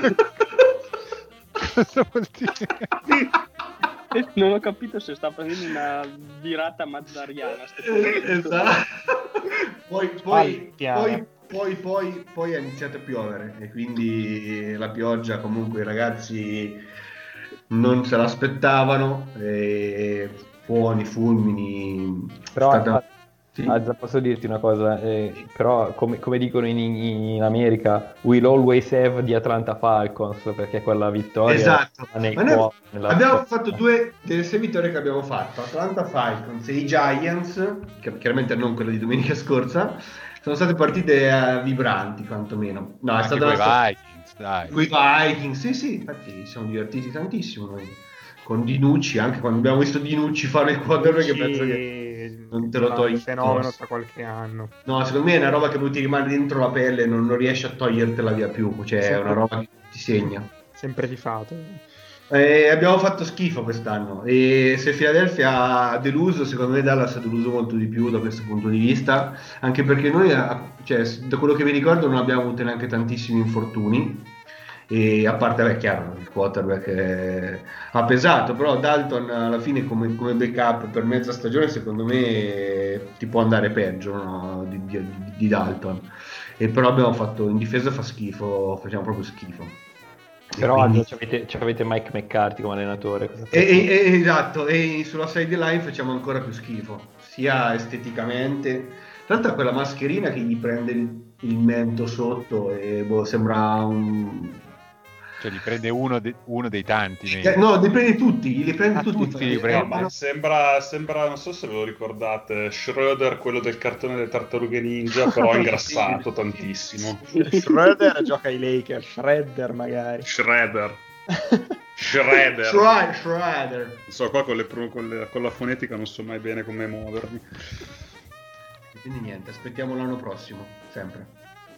Cosa vuol dire? Non ho capito se sta prendendo una virata mazzariana. esatto. Poi, poi, poi, poi, poi, poi ha iniziato a piovere e quindi la pioggia comunque i ragazzi non se l'aspettavano, e fuoni, fulmini. Però stata... sì. Azza, posso dirti una cosa, eh, però come, come dicono in, in America, we'll always have the Atlanta Falcons, perché quella vittoria esatto. nei Ma noi cuori, nella abbiamo storia. fatto due delle sei vittorie che abbiamo fatto, Atlanta Falcons e i Giants, che chiaramente non quella di domenica scorsa, sono state partite uh, vibranti quantomeno. No, è Anche stata coi una... Vikings, dai. Con i Vikings, sì sì, infatti ci siamo divertiti tantissimo noi, con Dinucci, anche quando abbiamo visto Dinucci fare il quarterback, che penso che non te lo togli un fenomeno addosso. tra qualche anno. No, secondo me è una roba che ti rimane dentro la pelle e non, non riesci a togliertela via più, cioè è una roba che ti segna. Sempre tifato. Eh, abbiamo fatto schifo quest'anno e se Philadelphia ha deluso, secondo me Dallas ha deluso molto di più da questo punto di vista, anche perché noi, cioè, da quello che vi ricordo, non abbiamo avuto neanche tantissimi infortuni E a parte, beh, chiaro, il quarterback è... ha pesato, però Dalton alla fine come, come backup per mezza stagione secondo me ti può andare peggio, no? di, di, di Dalton. E però abbiamo fatto, in difesa fa schifo, facciamo proprio schifo. Però quindi... ci avete, ci avete Mike McCarthy come allenatore. E, e, e, esatto, e sulla sideline facciamo ancora più schifo, sia esteticamente. Tanto quella mascherina che gli prende il, il mento sotto e boh, sembra un... Cioè li prende uno, de- uno dei tanti. Nei... Eh, no, li prende tutti, li prende Ah, tutti. tutti li Eh, prende. ma sembra, sembra, non so se ve lo ricordate, Schroeder, quello del cartone delle tartarughe ninja, però ingrassato tantissimo. Schroeder gioca ai Lakers, Shredder magari. Shredder. Shredder. Shredder. Shredder. Non so, qua con, le, con, le, con la fonetica non so mai bene come muovermi. Quindi niente, aspettiamo l'anno prossimo, sempre.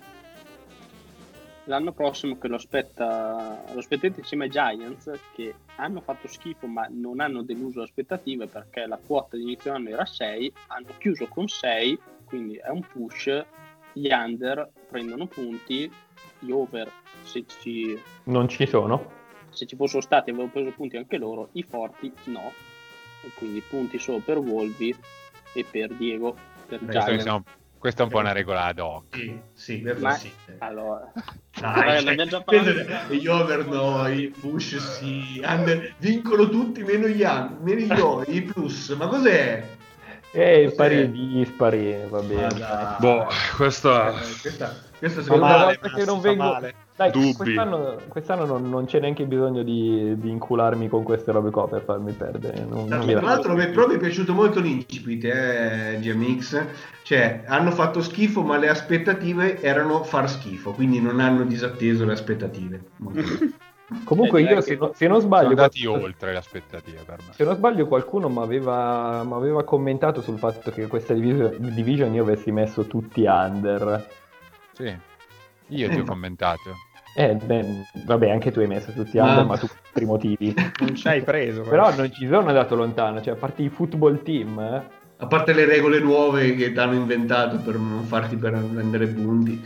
L'anno prossimo che lo aspetta, lo aspettate insieme ai Giants, che hanno fatto schifo ma non hanno deluso le aspettative, perché la quota di inizio anno era sei, hanno chiuso con sei, quindi è un push. Gli under prendono punti, gli over se ci, Non ci sono. se ci fossero stati avevano preso punti anche loro, i forti no, e quindi punti solo per Volvi e per Diego, per Beh, Giants. Questo, questa è un po' una regola ad hoc. Sì, sì, questo Ma sì. allora, Dai, eh, ne abbiamo già parlato. gli over no, i push sì, under, vincono tutti meno gli under, meno gli over, i plus, ma cos'è? E Cos'è? pari e dispari, va Ma bene. dai. Boh, questa... Eh, questa, questa Ma secondo una me male, volta che ma non si fa vengo... male. Dai, Dubbi. quest'anno, quest'anno non, non c'è neanche bisogno di, di incularmi con queste robe qua per farmi perdere. Non, non mi Tra dà- l'altro mi è proprio piaciuto molto l'incipit, eh, G M X, cioè hanno fatto schifo ma le aspettative erano far schifo, quindi non hanno disatteso le aspettative. Molto bene. Comunque Eh, io direi se, che no- se non Sono sbaglio andati qualcuno- oltre le aspettative per me. se non sbaglio qualcuno mi aveva, m'aveva commentato sul fatto che questa division, division io avessi messo tutti under. Sì, io ti ho commentato. Eh, beh, vabbè, anche tu hai messo tutti Ma- under, ma tu per altri motivi. Non ci hai preso. Però non ci sono andato lontano, cioè a parte i football team, eh, A parte le regole nuove che ti hanno inventato per non farti prendere punti.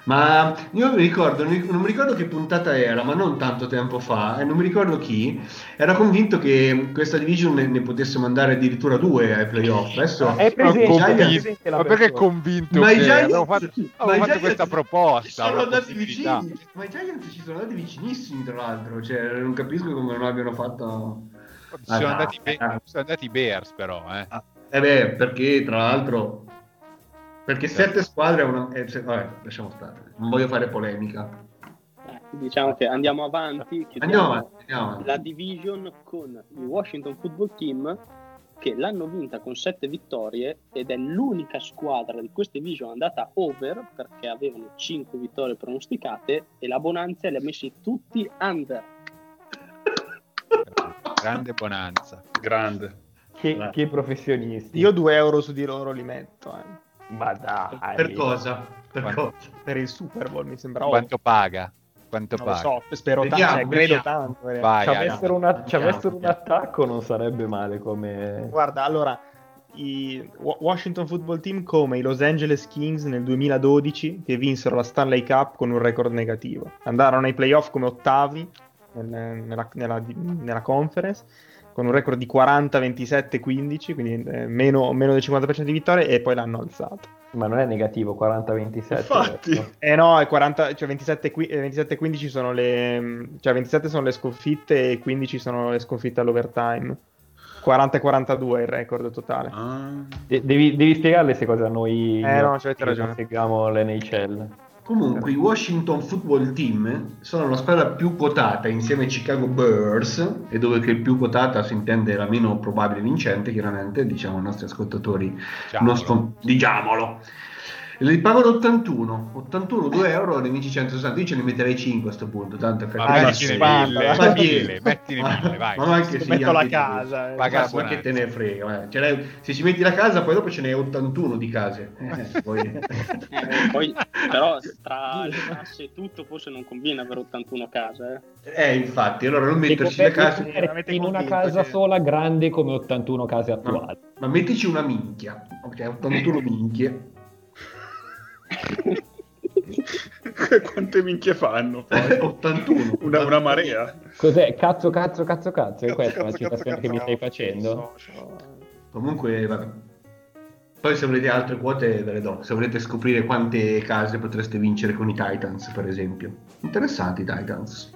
Ma io mi ricordo, non mi ricordo che puntata era, ma non tanto tempo fa, e non mi ricordo chi, era convinto che questa division ne, ne potesse mandare addirittura due ai playoff. Adesso è presente, i è Giants- presente la Ma perché è persona. convinto Ma che i Giants, avevo fatto, ma avevo i fatto Giants questa ci proposta? sono una andati possibilità. vicini, ma i Giants ci sono andati vicinissimi tra l'altro, cioè non capisco come non abbiano fatto. Sono, Ah, andati be- ah. sono andati i Bears però, eh. Eh beh, perché tra l'altro perché sette squadre è una... eh, se- vabbè, lasciamo stare, non voglio fare polemica. Eh, diciamo che andiamo avanti, chiudiamo Andiamo avanti, andiamo avanti. la division con il Washington Football Team, che l'hanno vinta con sette vittorie ed è l'unica squadra di questa division andata over, perché avevano cinque vittorie pronosticate e la Bonanza li ha messi tutti under. Grande bonanza. Grande. Che, che professionisti. Io due euro su di loro li metto, eh. Ma dai. Per cosa? Per Quanto? cosa? Per il Super Bowl mi sembra Quanto paga? Quanto non lo paga? so, spero tanto, Vediamo, cioè, credo vediamo. tanto. eh. Vai, Ci Ale. avessero, una- ci Andiamo, avessero un andiamo. attacco non sarebbe male come... Guarda, allora, i Wa- Washington Football Team come i Los Angeles Kings nel duemiladodici, che vinsero la Stanley Cup con un record negativo. Andarono ai playoff come ottavi nel- nella, nella- nella conference, con un record di quaranta ventisette quindici, quindi eh, meno, meno del cinquanta per cento di vittorie, e poi l'hanno alzato. Ma non è negativo, quaranta ventisette. Infatti. adesso. Eh no, è quaranta, cioè ventisette, qui- eh, ventisette quindici sono le, cioè ventisette sono le sconfitte e quindici sono le sconfitte all'overtime. quaranta e quarantadue è il record totale. Ah. De- devi, devi spiegarle queste cose a noi. Eh, no, c'avete che ragione. non seguiamo l'N H L. Comunque i Washington Football Team sono la squadra più quotata insieme ai Chicago Bears, e dove che il più quotata si intende la meno probabile vincente, chiaramente, diciamo ai nostri ascoltatori, Diciamolo. non scon- diciamolo. Li pagano ottantuno, ottantuno, due euro, ne vinci centosessanta, io ce ne metterei cinque a sto punto, tanto è Ma Ah, mettine cinquanta, mille, dai. Ma mille, mettine mille, vai. Ma anche sì, Metto la anche di casa, più. eh. Paga Ma la ma che bonanza. te ne frega, eh. Ce n'hai- se ci metti la casa poi dopo ce n'hai ottantuno di case. Eh, poi... Eh, poi, però tra le tasse e tutto forse non conviene avere ottantuno case. Eh. eh, infatti, allora non metterci le case, Eh, avete in una convinto, casa sì. sola grande come ottantuno case attuali. ma mettici una minchia, ok, ottantuno minchie. Quante minchie fanno poi? ottantuno. Una, una marea. Cos'è? Cazzo, cazzo, cazzo, cazzo. È Cazzo, questa la cazzo, cazzo, citazione che mi cazzo, stai cazzo, facendo? so, so. Comunque, vabbè. Poi se volete altre quote ve le do. Se volete scoprire quante case potreste vincere con i Titans, per esempio. Interessanti i Titans.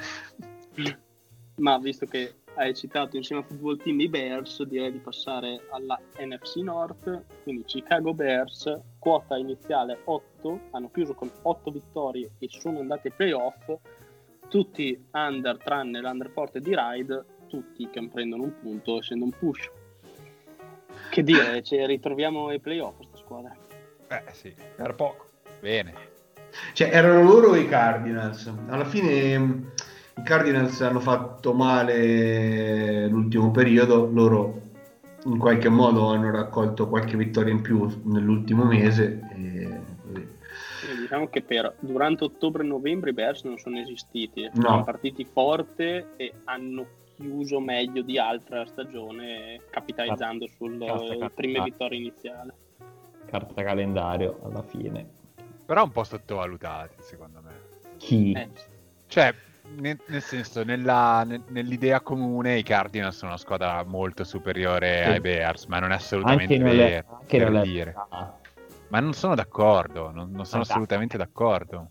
Ma visto che hai citato insieme a Football Team i Bears, direi di passare alla N F C North. Quindi Chicago Bears, quota iniziale otto, hanno chiuso con otto vittorie e sono andati ai playoff, tutti under tranne l'under forte di Ride, tutti che prendono un punto essendo un push. Che dire, cioè, ritroviamo ai playoff questa squadra. Eh sì, Per poco. bene. Cioè, erano loro i Cardinals. Alla fine mh, i Cardinals hanno fatto male l'ultimo periodo, loro in qualche modo hanno raccolto qualche vittoria in più nell'ultimo mese. E... così. E diciamo che per durante ottobre e novembre i Bears non sono esistiti, No. sono partiti forte e hanno chiuso meglio di altra stagione, capitalizzando sulle Carta, carta, prime carta. vittorie iniziali. Carta calendario alla fine. Però un po' sottovalutati, secondo me. Chi? Eh, Cioè, nel, nel senso, nella, nel- nell'idea comune i Cardinals sono una squadra molto superiore Sì. ai Bears, ma non è assolutamente Anche nelle, vero, anche per nelle dire. ah, Ma non sono d'accordo, non, non sono Ma dai. assolutamente d'accordo.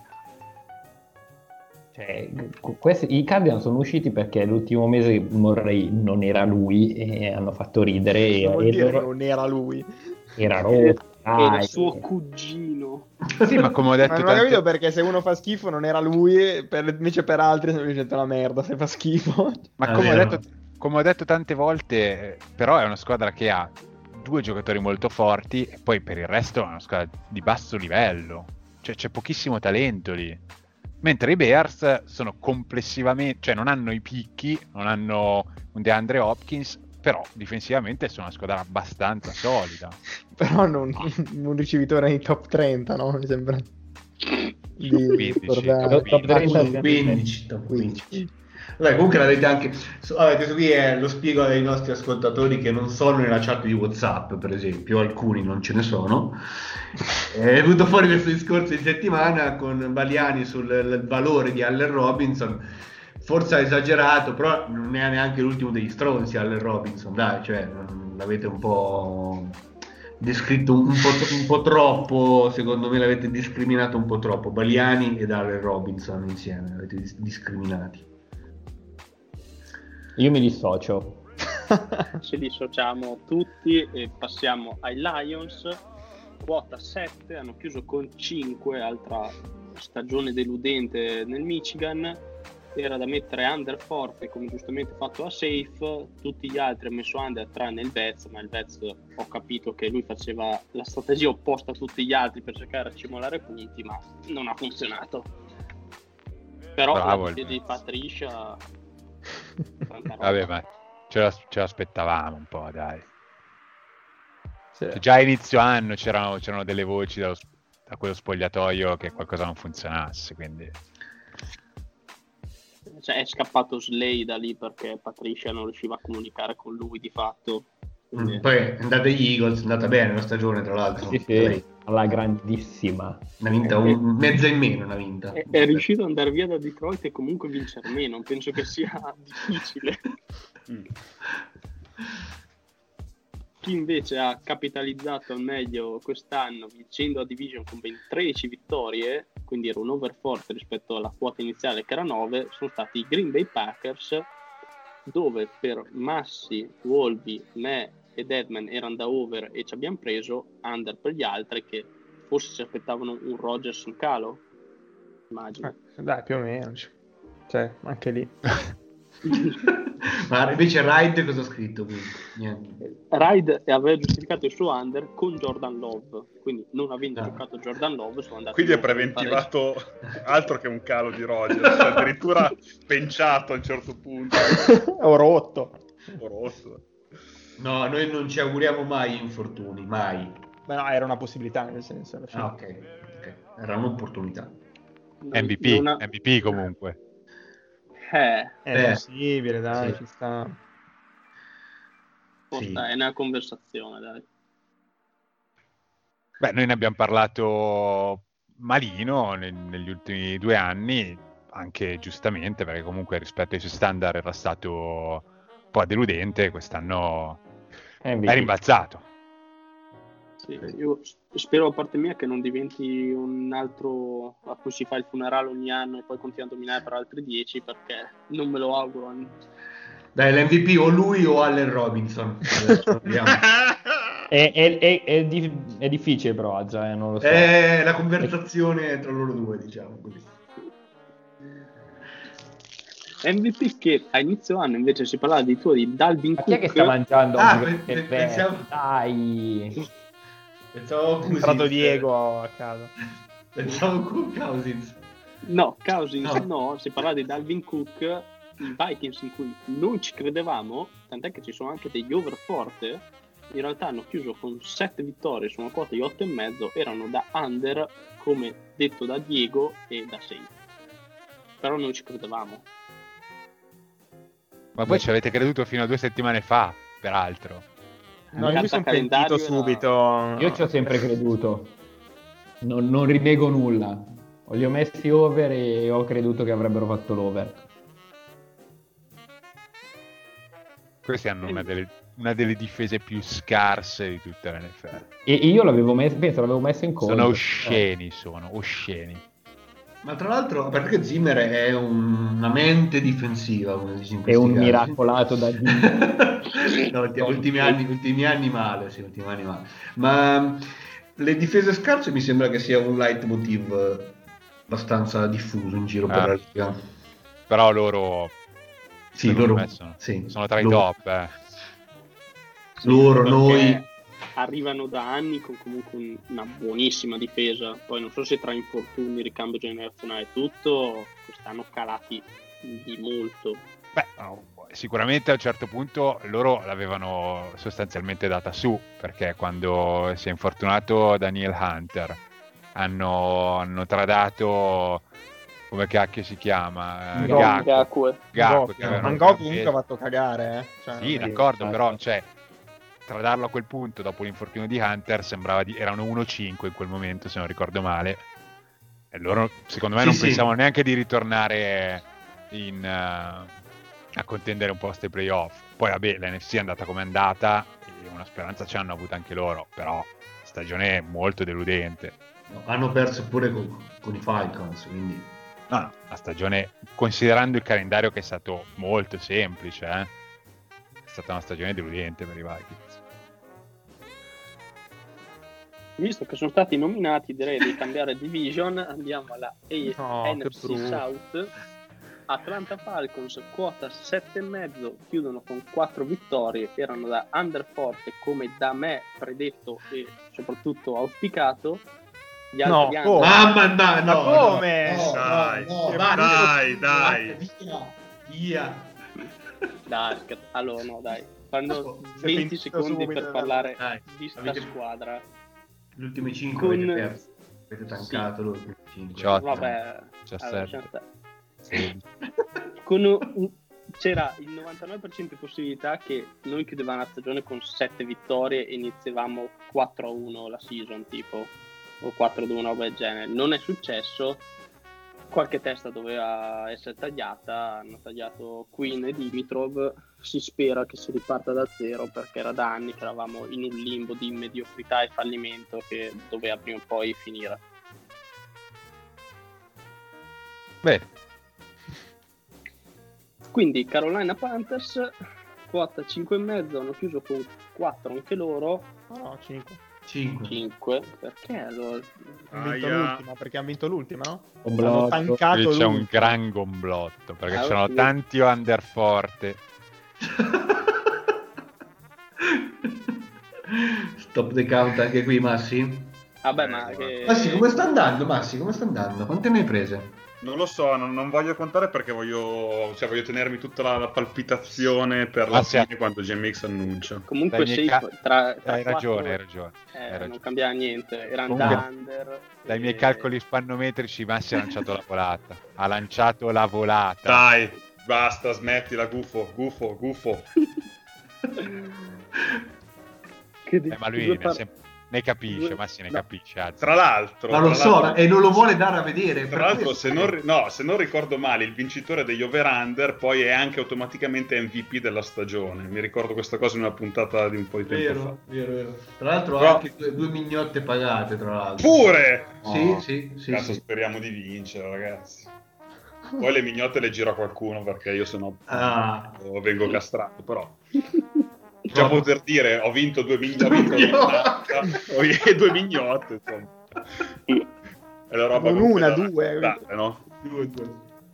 cioè, questi, i Cardinals sono usciti perché l'ultimo mese Murray non era lui e hanno fatto ridere e, Cosa vuol e dire loro- non era lui? era rotto. era dai. suo cugino. Sì, ma come ho Ma detto non ho tante- capito perché se uno fa schifo non era lui, per- invece per altri sono diventato una merda se fa schifo. Ma È come ho, vero. detto, come ho detto tante volte, eh, però è una squadra che ha due giocatori molto forti e poi per il resto è una squadra di basso livello. Cioè c'è pochissimo talento lì. Mentre i Bears sono complessivamente, cioè non hanno i picchi, non hanno un DeAndre Hopkins, però difensivamente sono una squadra abbastanza solida. Però non un ricevitore nei top trenta, no? Mi sembra di quindici, ricordare. top trenta. Ah, quindici, top quindici. quindici. Vabbè, comunque l'avete anche. so- Vabbè, questo qui è lo spiego ai nostri ascoltatori che non sono nella chat di WhatsApp, per esempio, alcuni non ce ne sono. È venuto fuori questo discorso in settimana con Baliani sul il valore di Allen Robinson. Forse ha esagerato, però non è neanche l'ultimo degli stronzi Allen Robinson, dai, cioè non- l'avete un po' descritto un po', un po' troppo, secondo me l'avete discriminato un po' troppo, Baliani ed Allen Robinson insieme, l'avete dis- discriminati. Io mi dissocio. Ci dissociamo tutti e passiamo ai Lions, quota sette, hanno chiuso con cinque, altra stagione deludente nel Michigan. Era da mettere under forte, come giustamente fatto a safe, tutti gli altri hanno messo under tranne il Vez, ma il Vez ho capito che lui faceva la strategia opposta a tutti gli altri per cercare di accumulare punti, ma non ha funzionato. Però Bravo, la il di Vez. Patricia tanta roba. Vabbè, ma ce, la- ce l'aspettavamo un po', dai. Sì. Cioè, già a inizio anno c'erano, c'erano delle voci dallo sp- da quello spogliatoio che qualcosa non funzionasse, quindi... Cioè, è scappato Slay da lì perché Patricia non riusciva a comunicare con lui di fatto. Quindi- Mm, Poi è andata agli Eagles, è andata bene la stagione, tra l'altro. Sì, sì, alla grandissima. Una vinta, un, mezza in meno una vinta. È, è riuscito ad andare via da Detroit e comunque vincere meno. Penso che sia difficile. Mm. Chi invece ha capitalizzato al meglio quest'anno vincendo la division con ben tredici vittorie, quindi era un over forte rispetto alla quota iniziale che era nove, sono stati i Green Bay Packers, dove per Massi, Wolby, me e Deadman erano da over e ci abbiamo preso under per gli altri che forse si aspettavano un Rodgers in calo, immagino. Eh, dai, più o meno. Cioè, anche lì. Ma invece Ride cosa ha scritto qui? Niente. Ride aveva giustificato il suo under con Jordan Love, quindi non avendo Ah. giocato Jordan Love sono andati Quindi è over in preventivato altro che un calo di Rodgers, cioè addirittura penciato a un certo punto, Ho rotto. un po' rosso. No, noi non ci auguriamo mai infortuni, mai. Beh, no, era una possibilità nel senso. Alla fine. Ah, ok, ok. Era un'opportunità. pareggi. M V P, Non ha- M V P comunque. Eh, È Eh, possibile, dai, sì. ci sta. forse Sì. è una conversazione, dai. Beh, noi ne abbiamo parlato malino ne- negli ultimi due anni, anche giustamente, perché comunque rispetto ai suoi standard era stato un po' deludente, quest'anno M V P. è rimbalzato. Sì, io s- spero a parte mia che non diventi un altro a cui si fa il funerale ogni anno e poi continua a dominare per altri dieci, perché non me lo auguro. Dai, l'M V P o lui o Allen Robinson. Adesso vediamo. È, è- è- è di- è difficile però, Azza, eh, non lo so. È la conversazione tra loro due, diciamo così. M V P che a inizio anno invece si parlava di tuo di Dalvin Ma chi è che Cook. sta mangiando? Ah, Ma pe- che pe- bello, pensiamo- dai. Pensavo È Cousins. entrato Diego a casa. Pensavo Cu- Cousins. No, Cousins No. no, si parlava di Dalvin Cook, i Vikings in cui noi ci credevamo, tant'è che ci sono anche degli over forte, in realtà hanno chiuso con sette vittorie su una quota di otto e mezzo, erano da under, come detto da Diego e da sei. Però noi ci credevamo. Ma poi ci avete creduto fino a due settimane fa, peraltro. No, io mi sono calendario pentito era- subito. Io ci ho sempre creduto. Non, non rinego nulla. Li ho messi over e ho creduto che avrebbero fatto l'over. Questi hanno una delle, una delle difese più scarse di tutta l'N F L. E io l'avevo messo, penso l'avevo messo in conto. Sono osceni, sono osceni. Ma tra l'altro, perché Zimmer è un- una mente difensiva, come si dice in È questi un casi. miracolato da Dio. No, ulti- ultimi anni, ultimi anni male, sì, ultimi anni male. Ma le difese scarse mi sembra che sia un leitmotiv eh, abbastanza diffuso in giro per Ah. la Liga. Però loro, Sì, secondo loro, me sono, sì, sono tra i loro- top. Eh. Loro, Perché noi... arrivano da anni con comunque un- una buonissima difesa, poi non so se tra infortuni, ricambio generazionale e tutto, quest'anno calati di molto. Beh, no, sicuramente a un certo punto loro l'avevano sostanzialmente data su, perché quando si è infortunato Daniel Hunter hanno, hanno tradato, come cacchio si chiama? Eh, Ngok. Gakpo. Gakue. Gakpo, Ngok. che avevano Ma Ngok preso- comunque ha fatto cagare, eh. Cioè, Sì, non è- d'accordo, esatto. però cioè, tradarlo a quel punto dopo l'infortunio di Hunter sembrava di... erano uno cinque in quel momento, se non ricordo male. E loro, secondo me, Sì, non sì. pensavano neanche di ritornare in, eh, a contendere un posto ai playoff. Poi, vabbè, l'N F C è andata come è andata e una speranza ci hanno avuta anche loro, però stagione molto deludente. no, hanno perso pure con, con i Falcons, quindi... No, no, la stagione, considerando il calendario che è stato molto semplice, eh, è stata una stagione deludente per i Vikings. Visto che sono stati nominati, direi di cambiare division, andiamo alla A- No, N che F C brutto. South. Atlanta Falcons quota sette e mezzo, chiudono con quattro vittorie, erano da under forte come da me predetto e soprattutto auspicato. Gli No, altri come? under- Mamma no, no, Ma come? no, Dai, no, che basta, dai, dai. via, via. Dai, scherzo. Allora no dai, prendo Si è venti pentito secondi subito per della- parlare Dai, di sta avete- squadra. Gli ultimi cinque Con- avete perso. Avete tancato gli ultimi cinque. diciotto. Vabbè, diciassette. allora, lasciamo stare. Sì. Con un- c'era il novantanove per cento di possibilità che noi chiudevamo la stagione con sette vittorie e iniziavamo quattro a uno la season tipo, o quattro a due, una roba del genere. Non è successo, qualche testa doveva essere tagliata, hanno tagliato Queen e Dimitrov, si spera che si riparta da zero perché era da anni che eravamo in un limbo di mediocrità e fallimento che doveva prima o poi finire. Bene. Quindi Carolina Panthers quota cinque e mezzo, hanno chiuso con quattro anche loro, No, no, cinque. cinque. cinque, perché allora? Hanno vinto Aia. l'ultima, perché hanno vinto l'ultima, no? Omblotto. Hanno tancato Qui c'è un l'ultima. gran gomblotto perché Ah, ci sono ok. tanti under forte. Stop the count anche qui, Massi. Vabbè, Eh, ma guarda. che... Massi, come sta andando? Massi, come sta andando? Quante ne hai prese? Non lo so, non, non voglio contare perché voglio, cioè, voglio tenermi tutta la, la palpitazione per la Ah, sì. fine quando J-Mix annuncia. Comunque Dai miei sei ca- tra, tra Hai ragione, quattro- hai ragione. eh, hai ragione. non cambia niente, erano Comunque, da under. Dai e- miei calcoli spannometrici, Massi ha lanciato la volata. Ha lanciato la volata. Dai, basta, smettila, gufo, gufo, gufo. Che di- Eh, ma lui due ne ha, par- sem- Ne capisce, ma sì, ne No. capisce. Anzi. Tra l'altro, Ma lo tra so, l'altro- e non lo vuole dare a vedere. Tra per l'altro, questo. se non, ri- no, se non ricordo male, il vincitore degli over-under poi è anche automaticamente M V P della stagione. Mi ricordo questa cosa in una puntata di un po' di tempo fa. Vero, vero, vero. Tra l'altro Però- ha anche due, due mignotte pagate, tra l'altro. Pure! Sì, Oh, sì, sì, Cazzo, sì. speriamo di vincere, ragazzi. Poi le mignotte le giro a qualcuno perché io sennò Ah. vengo castrato, però. Già poter dire ho vinto due mignotte, ho vinto Mignotte. due mignotte, insomma. È la roba Non con una, cui da due. raccontare, no? Due, due.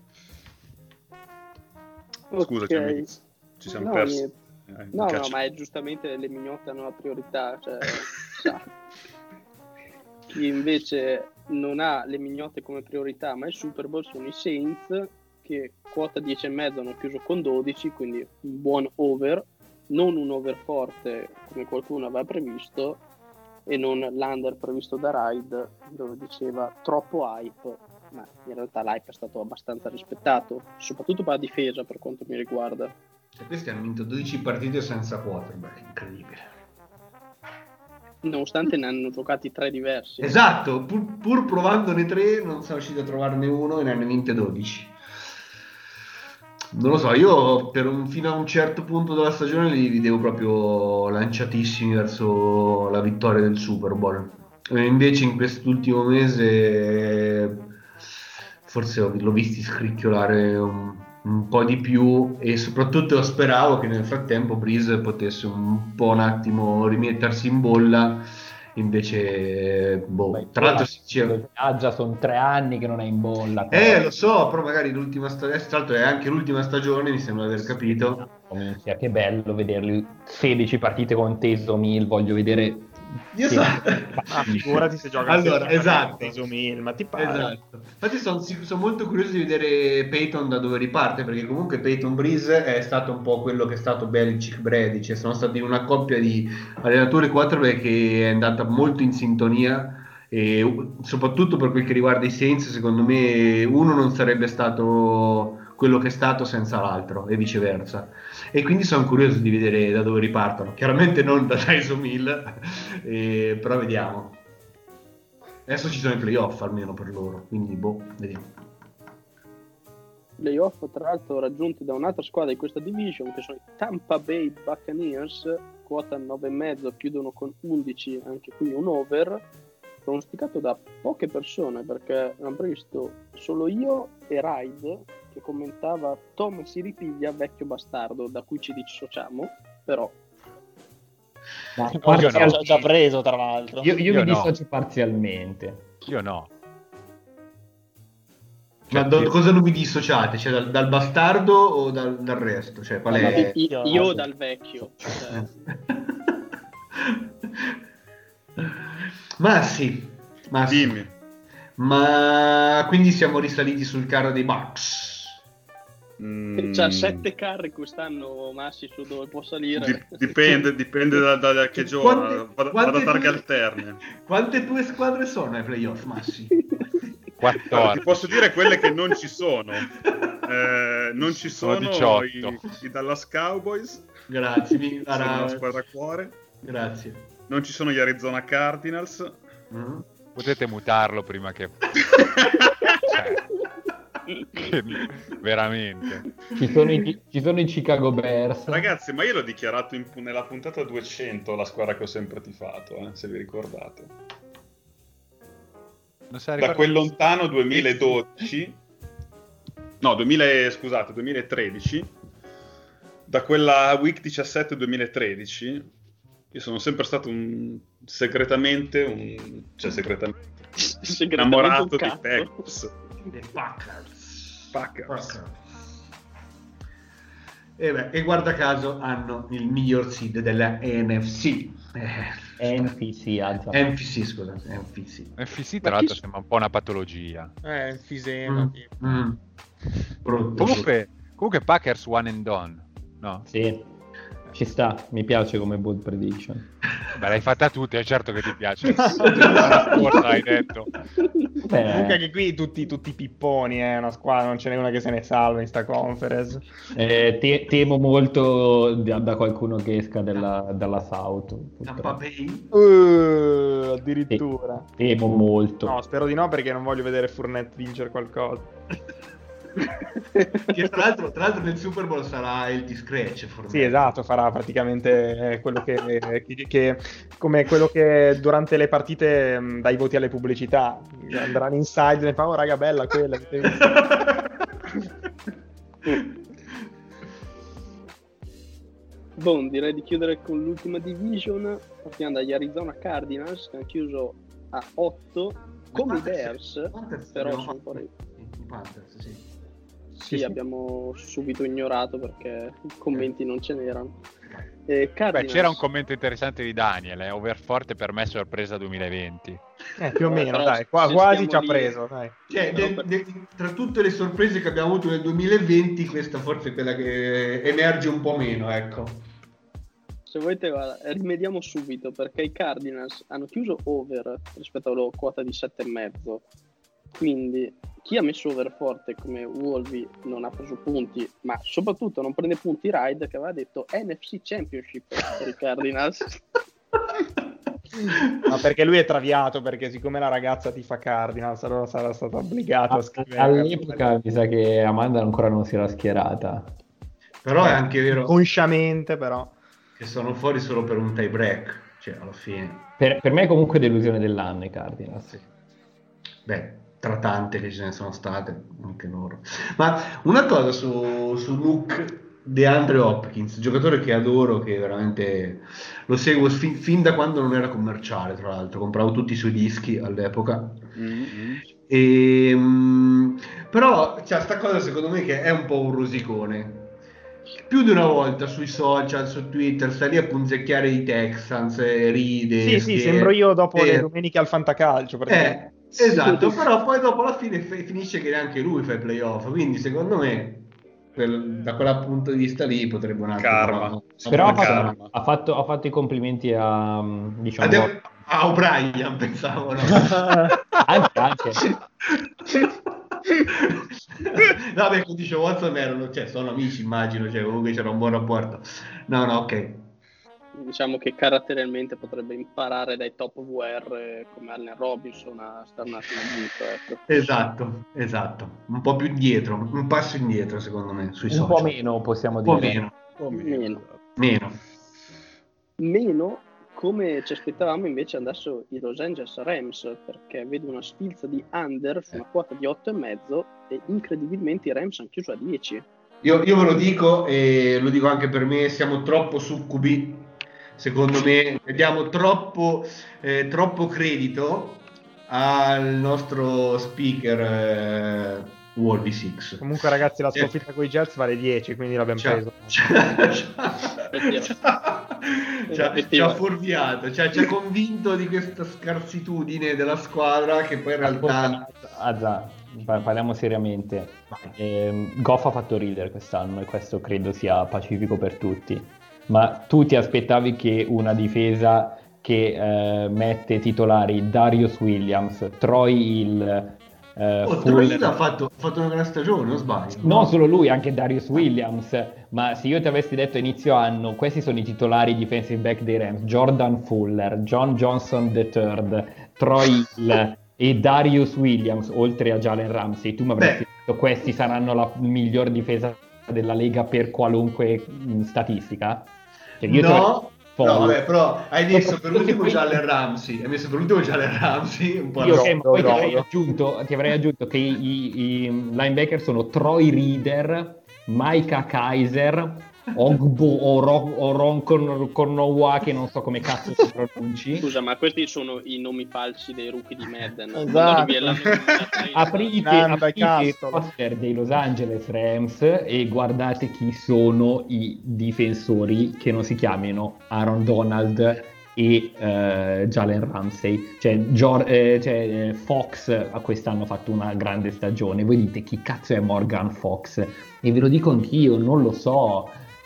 Scusa, Ok. Gianni, ci siamo No, persi. niente. Eh, No, in no, caccia. ma è giustamente le mignotte hanno la priorità, cioè, sa. Chi invece non ha le mignotte come priorità, ma il Super Bowl sono i Saints, che quota dieci e mezzo hanno chiuso con dodici, quindi un buon over, non un over forte come qualcuno aveva previsto, e non l'under previsto da Ride, dove diceva troppo hype, ma in realtà l'hype è stato abbastanza rispettato, soprattutto per la difesa per quanto mi riguarda. Cioè, questi hanno vinto dodici partite senza quarterback, incredibile. Nonostante ne hanno giocati tre diversi. Esatto, pur, pur provandone tre non sono riusciti a trovarne uno e ne hanno vinte dodici. Non lo so, io per un, fino a un certo punto della stagione li vedevo proprio lanciatissimi verso la vittoria del Super Bowl. E invece in quest'ultimo mese forse ho- l'ho visti scricchiolare un, un po' di più, e soprattutto speravo che nel frattempo Breeze potesse un po' un attimo rimettersi in bolla. Invece, boh, Beh, tra l'altro poi si diceva- ah, già sono tre anni che non è in bolla. eh, lo so, però magari l'ultima stagione, tra l'altro è anche l'ultima stagione, mi sembra di aver capito. Comincia, che bello vederli sedici partite con Taysom Hill, voglio vedere. Io Sì. so. Ah, figurati se gioca Allora, esatto. Taysom Hill, ma ti pare? Esatto. Infatti sono, sono molto curioso di vedere Peyton da dove riparte, perché comunque Peyton Breeze è stato un po' quello che è stato Belichick Brady, cioè sono stati una coppia di allenatori quarterback che è andata molto in sintonia, e u- soprattutto per quel che riguarda i Saints, secondo me uno non sarebbe stato quello che è stato senza l'altro e viceversa, e quindi sono curioso di vedere da dove ripartono, chiaramente non da Taysom Hill, eh, però vediamo. Adesso ci sono i playoff almeno per loro, quindi boh, vediamo. Playoff tra l'altro raggiunti da un'altra squadra di questa division, che sono i Tampa Bay Buccaneers, quota nove e mezzo, chiudono con undici, anche qui un over, pronosticato da poche persone, perché hanno previsto solo io e Ride, che commentava Tom si ripiglia, vecchio bastardo, da cui ci dissociamo, però Ma Io parzial- no. Già, già preso, tra l'altro. Io, io Io mi no. dissocio parzialmente. Io no. Ma Cioè, da- sì. cosa non vi dissociate? Cioè dal, dal bastardo o dal, dal resto? Cioè, qual Dal è? vecchio. io, io dal vecchio. cioè, Ma sì, ma sì. Dimmi. Ma quindi siamo risaliti sul carro dei Bucks. Mm, C'ha sette carri quest'anno, Massi, su dove può salire. di- dipende, dipende da, da- da che giorno. Quante- Vado, vado quante a targhe tue- alterne. Quante tue squadre sono ai playoff, Massi? Allora, ti quattordici. posso dire quelle che non ci sono. Eh, non ci Sono sono diciotto. i, i Dallas Cowboys, Grazie, mi- sono ara- una squadra a cuore. grazie. Non ci sono gli Arizona Cardinals. Mm. Potete mutarlo prima che... Cioè, che- veramente. Ci sono i, ci sono i Chicago Bears. Ragazzi, ma io l'ho dichiarato in pu- nella puntata duecento la squadra che ho sempre tifato, eh, se vi ricordate. Non sa Da ricordare- quel lontano duemiladodici, no, duemila, scusate, duemilatredici, da quella week diciassette duemilatredici, io sono sempre stato un segretamente un cioè segretamente Segretamente innamorato un di cazzo. Packers. The Packers. Packers. E, beh, e guarda caso hanno il miglior seed della N F C. Eh, N F C, alza. N F C, scusate, N F C. F C Ma tra l'altro chi- sembra un po' una patologia. Eh, enfisema. Mm, tipo. mm. Brutto, Comunque, comunque Packers one and done, no? Sì. Ci sta, mi piace come bold prediction. Beh, l'hai fatta tutti, è certo che ti piace. La scorsa hai detto. Beh, Comunque che qui tutti, tutti pipponi, eh, una squadra, non ce n'è una che se ne salva in sta conference. eh, te- temo molto da, da qualcuno che esca dalla, dalla South. Tampa purtroppo. Bay. Uh, addirittura. Temo molto. No, spero di no perché non voglio vedere Fournette vincere qualcosa. Che tra l'altro, tra l'altro nel Super Bowl sarà il T-Scratch. Sì, esatto, farà praticamente eh, quello che, che, che come quello che durante le partite mh, dà i voti alle pubblicità. Andranno inside e fa "Oh raga, bella quella". Bon, direi di chiudere con l'ultima division. Partiamo dagli Arizona Cardinals che hanno chiuso a otto come i Bears, però sono fuori. I Panthers, sì. Sì, sì. abbiamo subito ignorato perché i commenti non ce n'erano. E Beh, Cardinals... c'era un commento interessante di Daniel, eh? Overforte per me sorpresa duemilaventi. Eh, più o meno, Però dai, qua, se quasi stiamo ci ha lì- preso, dai. Cioè, Però de- per- de- tra tutte le sorprese che abbiamo avuto nel duemilaventi, questa forse è quella che emerge un po' meno, ecco. Se volete, guarda, rimediamo subito perché i Cardinals hanno chiuso over rispetto alla loro quota di sette e mezzo. Quindi chi ha messo over forte come Wolvi non ha preso punti, ma soprattutto non prende punti Ride che aveva detto N F C Championship per i Cardinals. Ma perché lui è traviato, perché siccome la ragazza ti fa Cardinals, allora sarà stato obbligato a scrivere. All'epoca mi sa che Amanda ancora non si era schierata. Però è anche vero Consciamente, però. che sono fuori solo per un tie break, cioè alla fine. Per, per me è comunque delusione dell'anno i Cardinals. Sì. Beh, tra tante che ce ne sono state, anche loro. Ma una cosa su, su Luke DeAndre Hopkins, giocatore che adoro, che veramente lo seguo fin, fin da quando non era commerciale, tra l'altro, compravo tutti i suoi dischi all'epoca. Mm-hmm. E, mh, però c'è sta cosa secondo me che è un po' un rosicone. Più di una volta sui social, su Twitter, sta lì a punzecchiare i Texans, e ride. Sì, sì, schier- sembro io dopo eh, le domeniche al fantacalcio. Perché... eh, esatto, però poi dopo alla fine f- finisce che neanche lui fa i playoff, quindi secondo me quel- da quel punto di vista lì potrebbe un attimo Karma. no, Però ha no, fatto, karma. ha, fatto, ha fatto i complimenti a, diciamo, Addio- a O'Brien pensavo, no? anche, anche. No, beh, come dice Watson erano, cioè, sono amici, immagino, cioè, comunque c'era un buon rapporto. No, no, ok. Diciamo che caratterialmente potrebbe imparare dai top V R come Allen Robinson a stare un attimo zitto, ecco. Esatto, esatto. Un po' più indietro, un passo indietro secondo me sui Un social. po' meno possiamo Un po' dire. meno. Meno. Meno. Meno come ci aspettavamo invece andassero i Los Angeles Rams, perché vedo una sfilza di under su una quota di otto e mezzo e incredibilmente i Rams hanno chiuso a dieci. Io, io ve lo dico e lo dico anche per me, siamo troppo succubi, secondo me, diamo troppo, eh, troppo credito al nostro speaker eh, Wolby sei. Comunque, ragazzi, la sconfitta con i Jets vale dieci, quindi l'abbiamo Ci ha- preso. ci ha- ci ha- ci ha- ci ha fuorviato, cioè, ci ha convinto di questa scarsitudine della squadra che poi in realtà... Azza, pa- parliamo seriamente. Ehm, Goff ha fatto ridere quest'anno e questo credo sia pacifico per tutti. Ma tu ti aspettavi che una difesa che eh, mette titolari Darius Williams, Troy Hill, eh, Oh, Fuller- Troy Hill ha fatto, ha fatto una gran stagione, non sbaglio. non solo lui, anche Darius Williams. Ma se io ti avessi detto a inizio anno, questi sono i titolari defensive back dei Rams: Jordan Fuller, John Johnson terzo, Troy Hill e Darius Williams, oltre a Jalen Ramsey, tu mi avresti Beh. detto questi saranno la miglior difesa della Lega per qualunque mh, statistica? Cioè, io ti avrei- No, no, vabbè, però hai messo per l'ultimo Jalen Ramsey, hai messo per l'ultimo Jalen Ramsey, un po' Io no. eh, ma poi ti no, avrei, no. aggiunto, ti avrei aggiunto che i, i- i linebacker sono Troy Reader, Micah Kaiser, Ogbo Oro- Oron Con- Connowa, che non so come cazzo si pronunci. Scusa, ma questi sono i nomi falsi dei rookie di Madden. Esatto. Quando rivelano- Aprite, Nanda aprite il Castle. roster dei Los Angeles Rams e guardate chi sono i difensori che non si chiamino Aaron Donald e eh, Jalen Ramsey. Cioè, Gior- eh, cioè, eh, Fox a quest'anno ha fatto una grande stagione. Voi dite chi cazzo è Morgan Fox? E ve lo dico anch'io, non lo so.